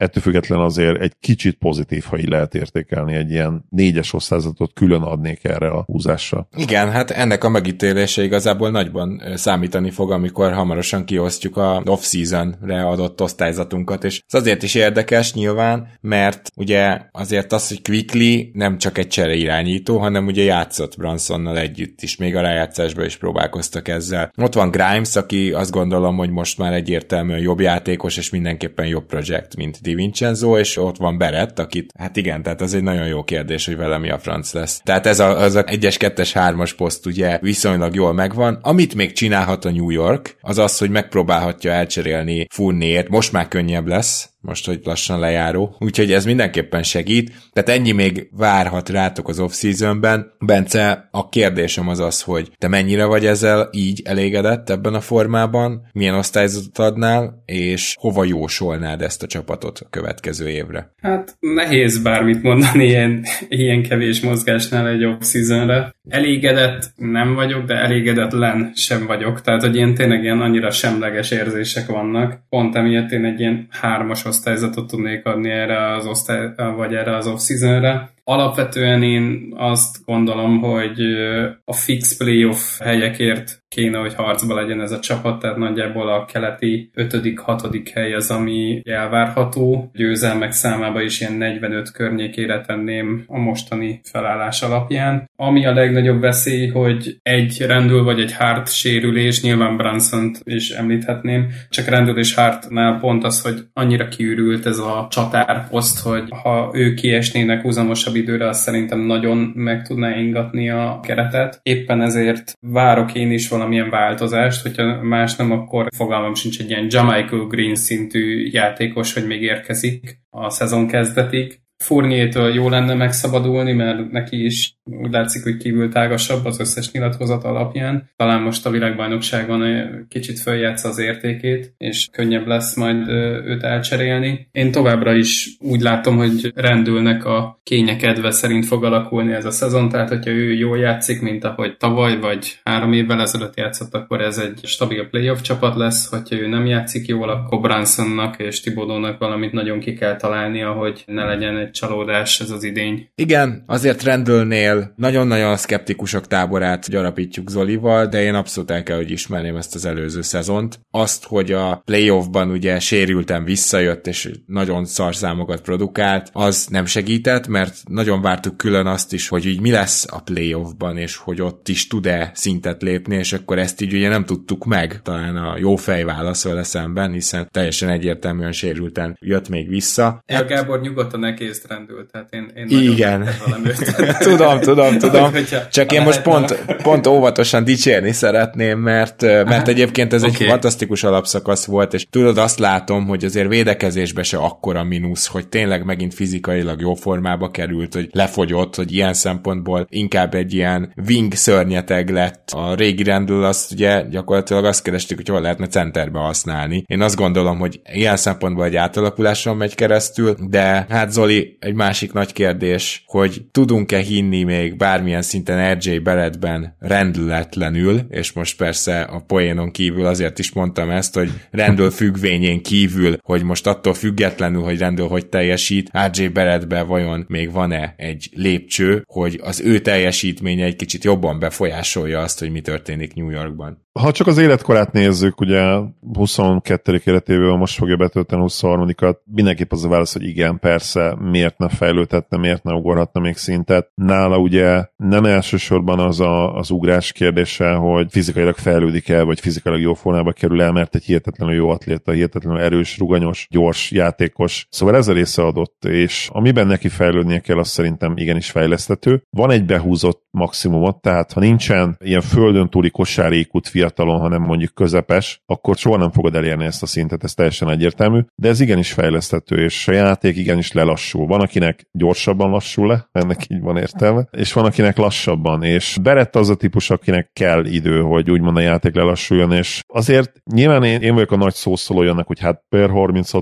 ettől függetlenül azért egy kicsit pozitív, ha így lehet értékelni, egy ilyen négyes osztályzatot külön adnék erre a húzásra. Igen, hát ennek a megítélése igazából nagyban számítani fog, amikor hamarosan kiosztjuk a off-seasonre adott osztályzatunkat, és ez azért is érdekes nyilván, mert ugye azért az, hogy Quickley nem csak egy csereirányító, hanem ugye játszott Brunsonnal együtt is, még a rájátszásban is próbálkoztak ezzel. Ott van Grimes, aki azt gondolom, hogy most már egyértelműen jobb játékos, és mindenképpen jobb projekt, mint DiVincenzo, és ott van Barrett, akit, hát igen, tehát az egy nagyon jó kérdés, hogy vele mi a franc lesz. Tehát ez a, az a egyes, kettes, hármas poszt ugye viszonylag jól megvan. Amit még csinálhat a New York, az az, hogy megpróbálhatja elcserélni Fourniert, most már könnyebb lesz, most, hogy lassan lejáró. Úgyhogy ez mindenképpen segít. Tehát ennyi még várhat rátok az off-seasonben. Bence, a kérdésem az az, hogy te mennyire vagy ezzel így elégedett ebben a formában, milyen osztályzatot adnál, és hova jósolnád ezt a csapatot a következő évre? Hát nehéz bármit mondani ilyen, ilyen kevés mozgásnál egy off-seasonre. Elégedett nem vagyok, de elégedetlen sem vagyok. Tehát, hogy ilyen tényleg ilyen annyira semleges érzések vannak. Pont emiatt én egy ilyen hármas osztályzatot tudnék adni erre az osztály, vagy erre az off-seasonre. Alapvetően én azt gondolom, hogy a fix playoff helyekért kéne, hogy harcba legyen ez a csapat, tehát nagyjából a keleti ötödik hatodik hely az, ami elvárható. Győzelmek számába is ilyen negyvenöt környékére tenném a mostani felállás alapján. Ami a legnagyobb veszély, hogy egy Randall vagy egy Hart sérülés, nyilván Brunsont is említhetném, csak Randall és Hartnál pont az, hogy annyira kiürült ez a csatárposzt, hogy ha ők kiesnének húzamosabb időre, azt szerintem nagyon meg tudná ingatni a keretet. Éppen ezért várok én is valamilyen változást, hogyha más nem, akkor fogalmam sincs, egy ilyen Jamichael Green szintű játékos, hogy még érkezik a szezon kezdetig. Fourniertől jó lenne megszabadulni, mert neki is úgy látszik, hogy kívül tágasabb az összes nyilatkozat alapján. Talán most a világbajnokságon kicsit följátsza az értékét, és könnyebb lesz majd őt elcserélni. Én továbbra is úgy látom, hogy Randallnek a kénye kedve szerint fog alakulni ez a szezon, tehát hogyha ő jól játszik, mint ahogy tavaly vagy három évvel ezelőtt játszott, akkor ez egy stabil playoff csapat lesz, hogyha ő nem játszik jól, akkor Brunsonnak és Thibodeaunak valamit nagyon ki kell találnia, hogy ne legyen egy csalódás ez az idény. Igen, azért Randallnél nagyon-nagyon szkeptikusok táborát gyarapítjuk Zolival, de én abszolút el kell, hogy ismerném ezt az előző szezont. Azt, hogy a playoffban ugye sérülten visszajött, és nagyon szarszámokat produkált, az nem segített, mert nagyon vártuk külön azt is, hogy így mi lesz a playoffban, és hogy ott is tud-e szintet lépni, és akkor ezt így ugye nem tudtuk meg, talán a jó fejválasz vele szemben, hiszen teljesen egyértelműen sérülten jött még vissza. Ja, Gábor, nyugodtan ne kézd Randall, tehát én, én igen. tudom, tudom, tudom. Csak én most pont, pont óvatosan dicsérni szeretném, mert, mert egyébként ez okay. Egy fantasztikus alapszakasz volt, és tudod, azt látom, hogy azért védekezésbe se akkora mínusz, hogy tényleg megint fizikailag jó formába került, hogy lefogyott, hogy ilyen szempontból inkább egy ilyen wing szörnyeteg lett. A régi Randall azt ugye gyakorlatilag azt kerestük, hogy hol lehetne centerbe használni. Én azt gondolom, hogy ilyen szempontból egy átalakuláson megy keresztül, de hát Zoli, egy másik nagy kérdés, hogy tudunk-e hinni még bármilyen szinten er jé Barrettben rendületlenül, és most persze a poénon kívül azért is mondtam ezt, hogy Randall függvényén kívül, hogy most attól függetlenül, hogy Randall hogy teljesít, er jé Barrettben vajon még van-e egy lépcső, hogy az ő teljesítménye egy kicsit jobban befolyásolja azt, hogy mi történik New Yorkban. Ha csak az életkorát nézzük, ugye huszonkettő életével most fogja betölteni huszonharmadikat, mindenképp az a válasz, hogy igen, persze, miért ne fejlődhetne, miért ne ugorhatna még szintet. Nála ugye nem elsősorban az a, az ugrás kérdése, hogy fizikailag fejlődik el, vagy fizikailag jó formába kerül el, mert egy hihetetlenül jó atléta, hihetetlenül erős, ruganyos, gyors játékos. Szóval ez a része adott, és amiben neki fejlődnie kell, az szerintem igenis fejleszthető. Van egy behúzott maximumot, tehát ha nincsen ilyen földön túli kosárékút fiatalon, hanem mondjuk közepes, akkor soha nem fogod elérni ezt a szintet, ez teljesen egyértelmű, de ez igenis fejleszthető, és a játék igenis lelassul. Van, akinek gyorsabban lassul le, ennek így van értelme, és van, akinek lassabban, és Barrett az a típus, akinek kell idő, hogy úgymond a játék lelassuljon, és azért nyilván én, én vagyok a nagy szószólója annak, hogy hát per harminchatról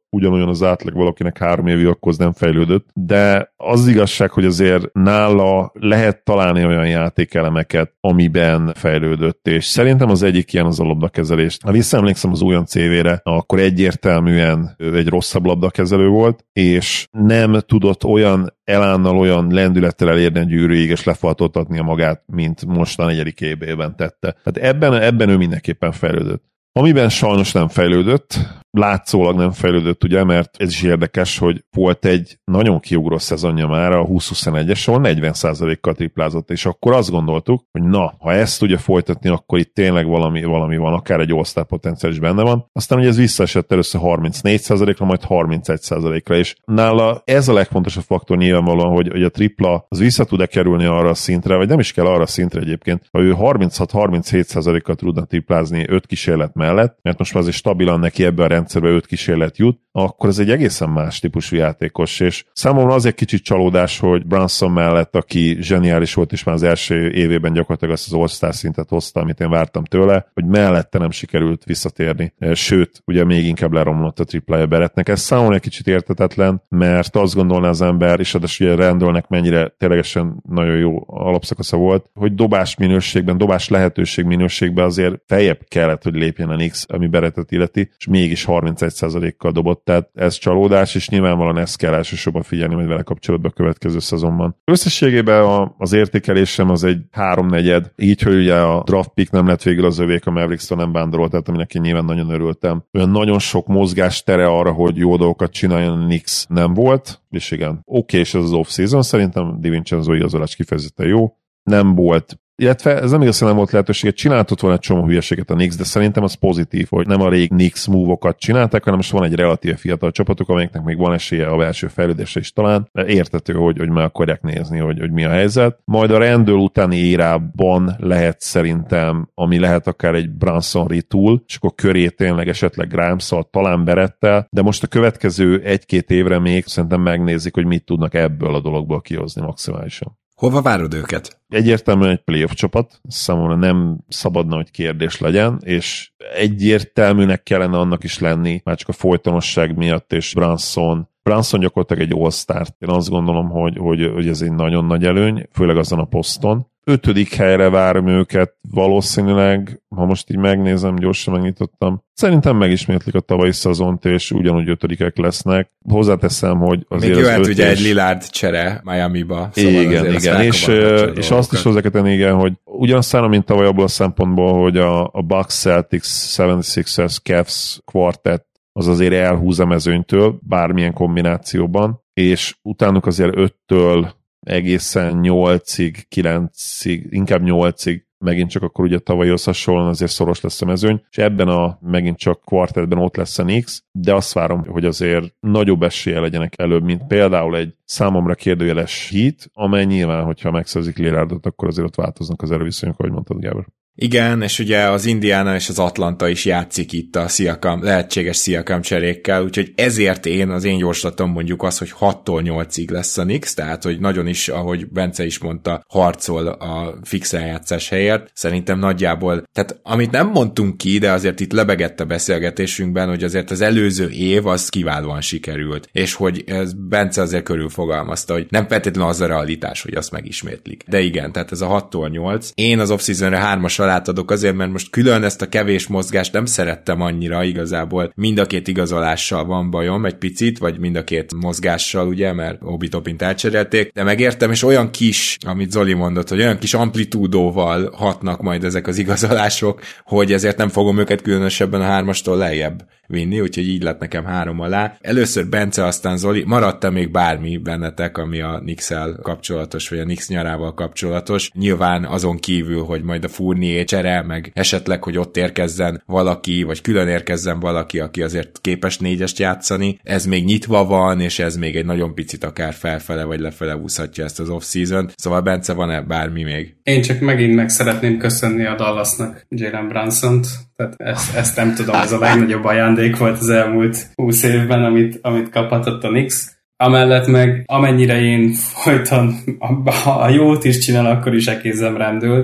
ugyanolyan az átlag valakinek három évig, akkor az nem fejlődött, de az igazság, hogy azért nála lehet találni olyan játékelemeket, amiben fejlődött, és szerintem az egyik ilyen az a labdakezelés. Ha visszaemlékszem az újon cé vére, akkor egyértelműen egy rosszabb labdakezelő volt, és nem tudott olyan elánnal, olyan lendülettel elérni a gyűrűig, és lefaltottatnia magát, mint most a negyedik é bében tette. Tehát ebben, ebben ő mindenképpen fejlődött. Amiben sajnos nem fejlődött, látszólag nem fejlődött, ugye, mert ez is érdekes, hogy volt egy nagyon kiugró szezonja már a húsz huszonegyes, ahol negyven százalékkal triplázott, és akkor azt gondoltuk, hogy na, ha ezt tudja folytatni, akkor itt tényleg valami, valami van, akár egy all-star potenciál is benne van. Aztán ugye ez visszaesett először harmincnégy százalékra, majd harmincegy százalékra, és nála ez a legfontosabb faktor nyilvánvalóan, hogy, hogy a tripla az vissza tud-e kerülni arra a szintre, vagy nem is kell arra a szintre egyébként, ha ő harminchat-harminchét százalékkal tudna triplázni öt kísérlet mellett, mert most már azért stabilan neki ebbe a rendszerbe öt kísérlet jut, akkor ez egy egészen más típusú játékos, és számomra az egy kicsit csalódás, hogy Brunson mellett, aki zseniális volt, és már az első évében gyakorlatilag azt az all-star szintet hozta, amit én vártam tőle, hogy mellette nem sikerült visszatérni. Sőt, ugye még inkább leromlott a triplája Barrettnek. Ez számomra egy kicsit értetetlen, mert azt gondolná az ember, és adas ugye Randallnek mennyire ténylegesen nagyon jó alapszakasza volt, hogy dobás minőségben, dobás lehetőség minőségben azért feljebb kellett, hogy lépjen a Knicks, ami Barrettet illeti, és mégis harmincegy százalékkal dobott, tehát ez csalódás, és nyilvánvalóan ezt kell elsősorban figyelni majd vele kapcsolatban a következő szezonban. Összességében a, az értékelésem az egy háromnegyed, így, hogy ugye a draft pick nem lett végül az övék, a Mavericks-től nem vándorolt, tehát aminek én nyilván nagyon örültem. Olyan nagyon sok mozgástere arra, hogy jó dolgokat csináljon, a Knicks nem volt, és igen, oké, és ez az off-season, szerintem DiVincenzo igazolás kifejezetten jó, nem volt, illetve ez nem igaz, hogy nem volt lehetőséget, csináltott volna egy csomó hülyeséget a Knicks, de szerintem az pozitív, hogy nem a rég Knicks move-okat csinálták, hanem most van egy relatíve fiatal csapatuk, amelyeknek még van esélye a belső fejlődésre is talán. Értető, hogy, hogy meg akarják nézni, hogy, hogy mi a helyzet. Majd a Randall utáni érában lehet szerintem, ami lehet akár egy Brunson retool, és akkor köré tényleg esetleg Grimes-szal, talán Barrettel, de most a következő egy-két évre még szerintem megnézik, hogy mit tudnak ebből a dologból kihozni maximálisan. Hova várod őket? Egyértelműen egy playoff csapat, számomra nem szabadna, hogy kérdés legyen, és egyértelműnek kellene annak is lenni, már csak a folytonosság miatt, és Brunson Brunson gyakorlatilag egy all-start. Én azt gondolom, hogy, hogy, hogy ez egy nagyon nagy előny, főleg azon a poszton. Ötödik helyre várom őket, valószínűleg, ha most így megnézem, gyorsan megnyitottam, szerintem megismétlik a tavalyi szezont, és ugyanúgy ötödikek lesznek. Hozzáteszem, hogy azért még jöhet az ugye és... egy Lillard csere Miami-ba. Szóval igen, igen, és, és azt is hozzá kell tenni, igen, hogy ugyanaztán, mint tavaly abból a szempontból, hogy a, a Bucks, Celtics, hetvenhatosers, Cavs quartet az azért elhúz a mezőnytől, bármilyen kombinációban, és utánuk azért öttől egészen nyolcig, kilencig, inkább nyolcig, megint csak akkor ugye tavalyhoz hasonlóan azért szoros lesz a mezőny, és ebben a megint csak kvartetben ott lesz a Knicks, de azt várom, hogy azért nagyobb esélye legyenek előbb, mint például egy számomra kérdőjeles Heat, amely nyilván, hogyha megszerzik Lillardot, akkor azért ott változnak az erőviszonyok, ahogy mondtad, Gábor. Igen, és ugye az Indiana és az Atlanta is játszik itt a Siakam, lehetséges Siakam cserékkel, úgyhogy ezért én, az én jóslatom mondjuk az, hogy hattól nyolcig lesz a Knicks, tehát hogy nagyon is, ahogy Bence is mondta, harcol a fix eljátszás helyért. Szerintem nagyjából, tehát amit nem mondtunk ki, de azért itt lebegett a beszélgetésünkben, hogy azért az előző év az kiválóan sikerült, és hogy ez Bence azért körülfogalmazta, hogy nem feltétlenül az a realitás, hogy azt megismétlik. De igen, tehát ez a hattól nyolc. Én az off-seasonre hármasra átadok azért, mert most külön ezt a kevés mozgást nem szerettem annyira igazából. Mind a két igazolással van bajom egy picit, vagy mind a két mozgással, ugye, mert Obi Toppint elcserélték, de megértem, és olyan kis, amit Zoli mondott, hogy olyan kis amplitúdóval hatnak majd ezek az igazolások, hogy ezért nem fogom őket különösebben a hármastól lejjebb vinni, úgyhogy így lett nekem három alá. Először Bence, aztán Zoli. Maradt-e még bármi bennetek, ami a Knicks-el kapcsolatos, vagy a Knicks nyarával kapcsolatos? Nyilván azon kívül, hogy majd a Fournier csere, meg esetleg, hogy ott érkezzen valaki, vagy külön érkezzen valaki, aki azért képes négyest játszani. Ez még nyitva van, és ez még egy nagyon picit akár felfele, vagy lefele úszhatja ezt az off-season. Szóval Bence, van-e bármi még? Én csak megint meg szeretném köszönni a Dallasnak Jalen Brunsont, tehát ezt, ezt nem tudom, ez a legnagyobb ajándék volt az elmúlt húsz évben, amit, amit kaphatott a Knicks. Amellett meg amennyire én folyton, ha a jót is csinál, akkor is ekézzem Randallt,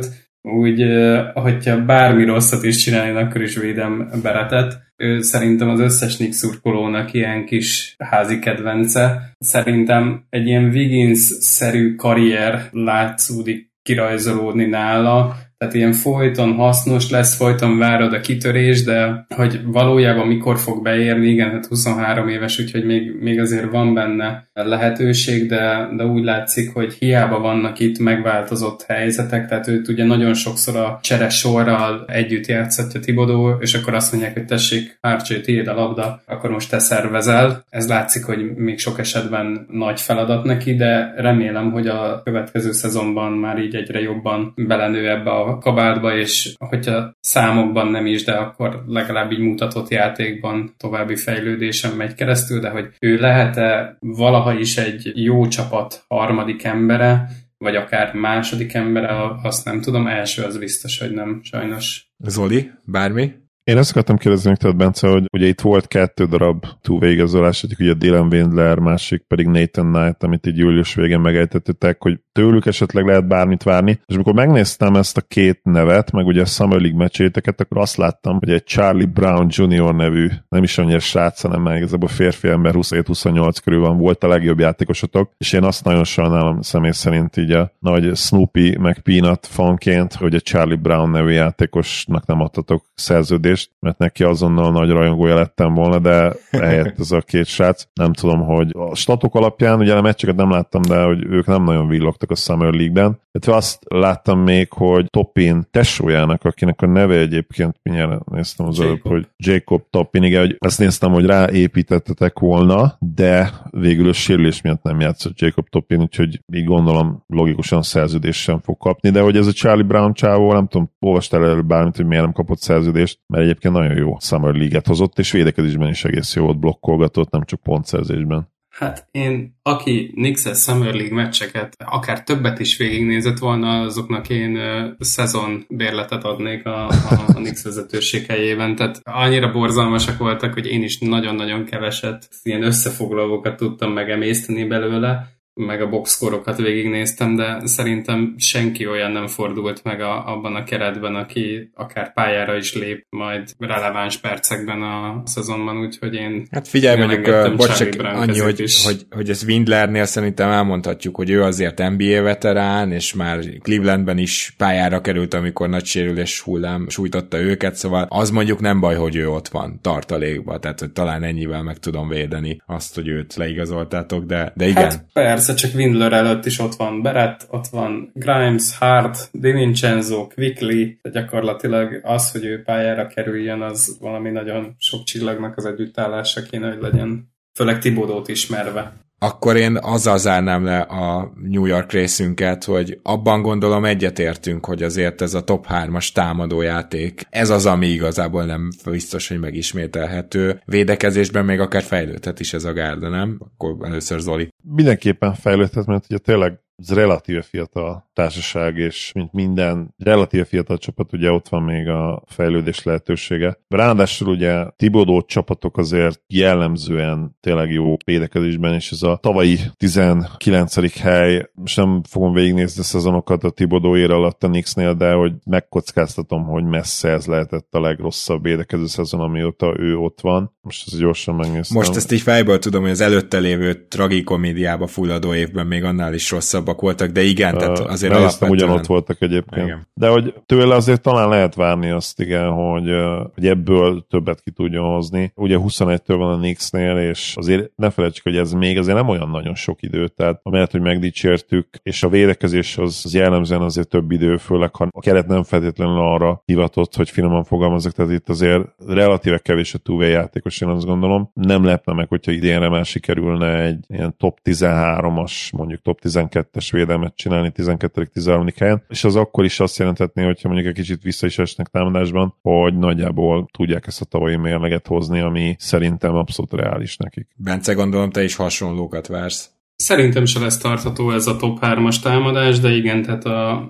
úgy, hogyha bármi rosszat is csinálni, akkor is védem Berettet. Ő szerintem az összes Knicks szurkolónak ilyen kis házi kedvence. Szerintem egy ilyen Wiggins-szerű karrier látszódik kirajzolódni nála, tehát ilyen folyton hasznos lesz, folyton várod a kitörés, de hogy valójában mikor fog beérni, igen, hát huszonhárom éves, úgyhogy még, még azért van benne lehetőség, de, de úgy látszik, hogy hiába vannak itt megváltozott helyzetek, tehát őt ugye nagyon sokszor a csere sorral együtt játszhatja Thibodeau, és akkor azt mondják, hogy tessék, Archie, tiéd a labda, akkor most te szervezel. Ez látszik, hogy még sok esetben nagy feladat neki, de remélem, hogy a következő szezonban már így egyre jobban belenő ebbe a kabátba, és hogyha számokban nem is, de akkor legalább így mutatott játékban további fejlődésen megy keresztül, de hogy ő lehet-e valaha is egy jó csapat harmadik embere, vagy akár második embere, azt nem tudom, első az biztos, hogy nem, sajnos. Zoli, bármi? Én ezt akartam kérdezni meg tőled, Bence, hogy ugye itt volt kettő darab two-way igazolás, egyik ugye Dylan Windler, másik pedig Nathan Knight, amit így július végén megejtettetek, hogy tőlük esetleg lehet bármit várni. És amikor megnéztem ezt a két nevet, meg ugye a Summer League meccséteket, akkor azt láttam, hogy egy Charlie Brown junior nevű, nem is annyira srác, hanem már igazából férfi ember, huszonhét huszonnyolc körül van, volt a legjobb játékosotok, és én azt nagyon sajnálom személy szerint így a nagy Snoopy meg Peanut fanként, hogy a Charlie Brown nevű játékosnak nem adtatok szerződést, mert neki azonnal nagy rajongója lettem volna, de ehelyett ez a két srác. Nem tudom, hogy a statok alapján, ugye a meccseket nem láttam, de hogy ők nem nagyon villogtak a Summer League-ben. Tehát azt láttam még, hogy Toppin tesójának, akinek a neve egyébként, mindjárt néztem az előbb, hogy Jacob Toppin, igen, hogy azt néztem, hogy ráépítettetek volna, de végül a sérülés miatt nem játszott Jacob Toppin, úgyhogy így gondolom logikusan szerződést sem fog kapni, de hogy ez a Charlie Brown csávó, nem tudom, olvastál előbb bármit, hogy miért nem kapott szerződést, mert egyébként nagyon jó Summer League-et hozott, és védekezésben is egész jó volt, blokkolgatott, nem csak pontszerzésben. Hát én, aki Knicks-es Summer League meccseket akár többet is végignézett volna, azoknak én uh, szezon bérletet adnék a, a, a Knicks vezetőség helyében. Tehát annyira borzalmasak voltak, hogy én is nagyon-nagyon keveset ilyen összefoglalókat tudtam megemészteni belőle, meg a boxkorokat végignéztem, de szerintem senki olyan nem fordult meg a, abban a keretben, aki akár pályára is lép majd releváns percekben a szezonban, úgyhogy én hát figyelj, mondjuk, bocs, csak annyi, hogy, hogy, hogy ez Windlernél szerintem elmondhatjuk, hogy ő azért en bé á veterán, és már Clevelandben is pályára került, amikor nagy sérülés hullám sújtotta őket, szóval az mondjuk nem baj, hogy ő ott van tartalékban, tehát hogy talán ennyivel meg tudom védeni azt, hogy őt leigazoltátok, de, de igen. Hát persze, csak Windler előtt is ott van Barrett, ott van Grimes, Hart, DiVincenzo, Quickly, de gyakorlatilag az, hogy ő pályára kerüljön, az valami nagyon sok csillagnak az együttállása kéne, hogy legyen. Főleg Thibodeaut ismerve. Akkor én azzal zárnám le a New York részünket, hogy abban gondolom egyetértünk, hogy azért ez a top hármas támadójáték, ez az, ami igazából nem biztos, hogy megismételhető. Védekezésben még akár fejlődhet is ez a gárda, nem? Akkor először Zoli. Mindenképpen fejlődhet, mert ugye tényleg ez relatíve fiatal társaság, és mint minden relatíve fiatal csapat, ugye ott van még a fejlődés lehetősége. Ráadásul ugye Thibodeau csapatok azért jellemzően tényleg jó védekezésben, és ez a tavalyi tizenkilencedik hely, most nem fogom végignézni a szezonokat a Thibodeau ér alatt a Knicksnél, de hogy megkockáztatom, hogy messze ez lehetett a legrosszabb védekező szezon, amióta ő ott van. Most ezt gyorsan megnéztem. Most ezt így fejből tudom, hogy az előtte lévő tragikomédiába fulladó évben még annál is rosszabb voltak, de igen, uh, tehát azért alapvetően... ugyanott voltak egyébként. Igen. De hogy tőle azért talán lehet várni azt, igen, hogy, hogy ebből többet ki tudjon hozni. Ugye huszonegytől van a Knicksnél, és azért ne felejtsük, hogy ez még azért nem olyan nagyon sok idő, tehát amellett, hogy megdicsértük, és a védekezés az, az jellemzően azért több idő, főleg ha a keret nem feltétlenül arra hivatott, hogy finoman fogalmazok, tehát itt azért relatíve kevés a two-way játékos, én azt gondolom. Nem lepne meg, hogyha idénre már sikerülne egy ilyen top tizenháromas, mondjuk top tizenkettes védelmet csinálni tizenkettedik tizenharmadik helyen, és az akkor is azt jelenthetné, hogyha mondjuk egy kicsit vissza is esnek támadásban, hogy nagyjából tudják ezt a tavalyi mérleget hozni, ami szerintem abszolút reális nekik. Bence, gondolom, te is hasonlókat vársz. Szerintem se lesz tartható ez a top hármas támadás, de igen, tehát a,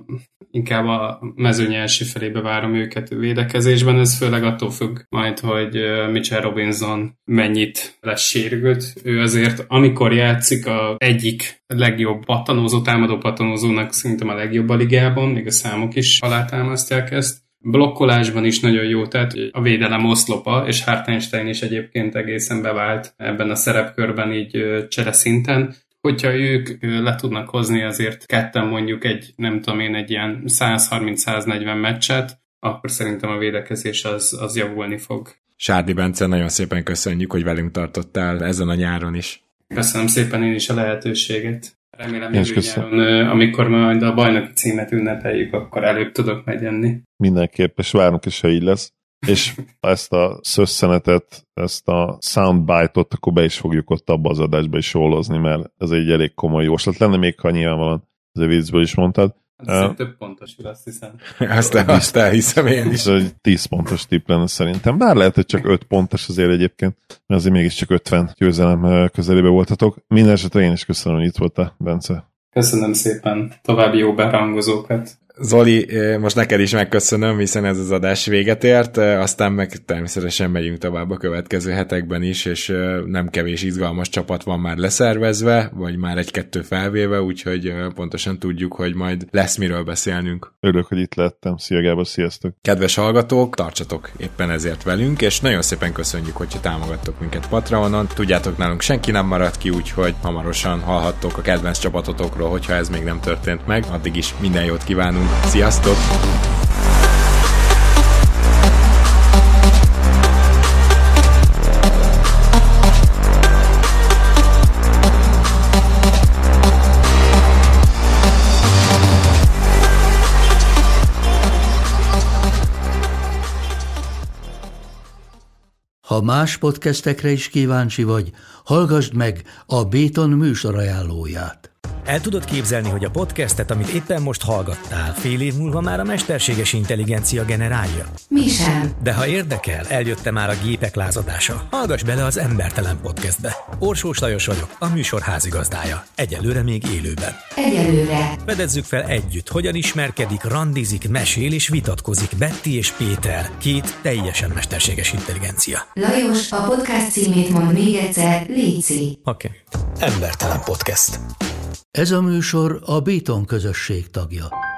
inkább a mezőny első felébe várom őket védekezésben, ez főleg attól függ majd, hogy Mitchell Robinson mennyit lesz sérült. Ő azért, amikor játszik, a egyik legjobb pattanózó, támadó pattanózónak szerintem a legjobb a ligában, még a számok is alátámasztják ezt. Blokkolásban is nagyon jó, tehát a védelem oszlopa, és Hartenstein is egyébként egészen bevált ebben a szerepkörben így csereszinten. Hogyha ők le tudnak hozni azért ketten mondjuk egy, nem tudom én, egy ilyen száz harminc száz negyven meccset, akkor szerintem a védekezés az, az javulni fog. Sárdi Bence, nagyon szépen köszönjük, hogy velünk tartottál ezen a nyáron is. Köszönöm szépen én is a lehetőséget. Remélem jövő nyáron, amikor majd a bajnoki címet ünnepeljük, akkor előbb tudok majd jönni. Mindenképp, és várunk is, ha így lesz. És ezt a szösszenetet, ezt a soundbite-ot akkor be is fogjuk ott abba az adásba is sólozni, mert ez egy elég komoly jóslat lenne, még ha nyilvánvalóan az a viccből is mondtad. Ez uh, több pontos, azt hiszem. Azt, azt elhiszem én is. Ez egy tíz pontos tipp lenne szerintem. Bár lehet, hogy csak öt pontos azért egyébként, mert azért mégiscsak ötven győzelem közelébe voltatok. Mindenesetre én is köszönöm, hogy itt voltál, Bence. Köszönöm szépen. További jó berangozókat. Zoli, most neked is megköszönöm, hiszen ez az adás véget ért, aztán meg természetesen megyünk tovább a következő hetekben is, és nem kevés izgalmas csapat van már leszervezve, vagy már egy-kettő felvéve, úgyhogy pontosan tudjuk, hogy majd lesz miről beszélnünk. Örülök, hogy itt lettem. Szia Gábor, sziasztok! Kedves hallgatók, tartsatok éppen ezért velünk, és nagyon szépen köszönjük, hogyha támogattok minket Patreonon. Tudjátok, nálunk senki nem maradt ki, úgyhogy hamarosan hallhattok a kedvenc csapatotokról, hogyha ez még nem történt meg. Addig is minden jót kívánunk. Sziasztok! Ha más podcastekre is kíváncsi vagy, hallgassd meg a Béton műsor ajánlóját. El tudod képzelni, hogy a podcastet, amit éppen most hallgattál, fél év múlva már a mesterséges intelligencia generálja? Mi sem. De ha érdekel, eljötte már a gépek lázadása. Hallgass bele az Embertelen Podcastbe. Orsós Lajos vagyok, a műsor házigazdája. Egyelőre még élőben. Egyelőre. Fedezzük fel együtt, hogyan ismerkedik, randizik, mesél és vitatkozik Betty és Péter, két teljesen mesterséges intelligencia. Lajos, a podcast címét mond még egyszer, léci. Oké. Okay. Embertelen Podcast. Ez a műsor a Béton közösség tagja.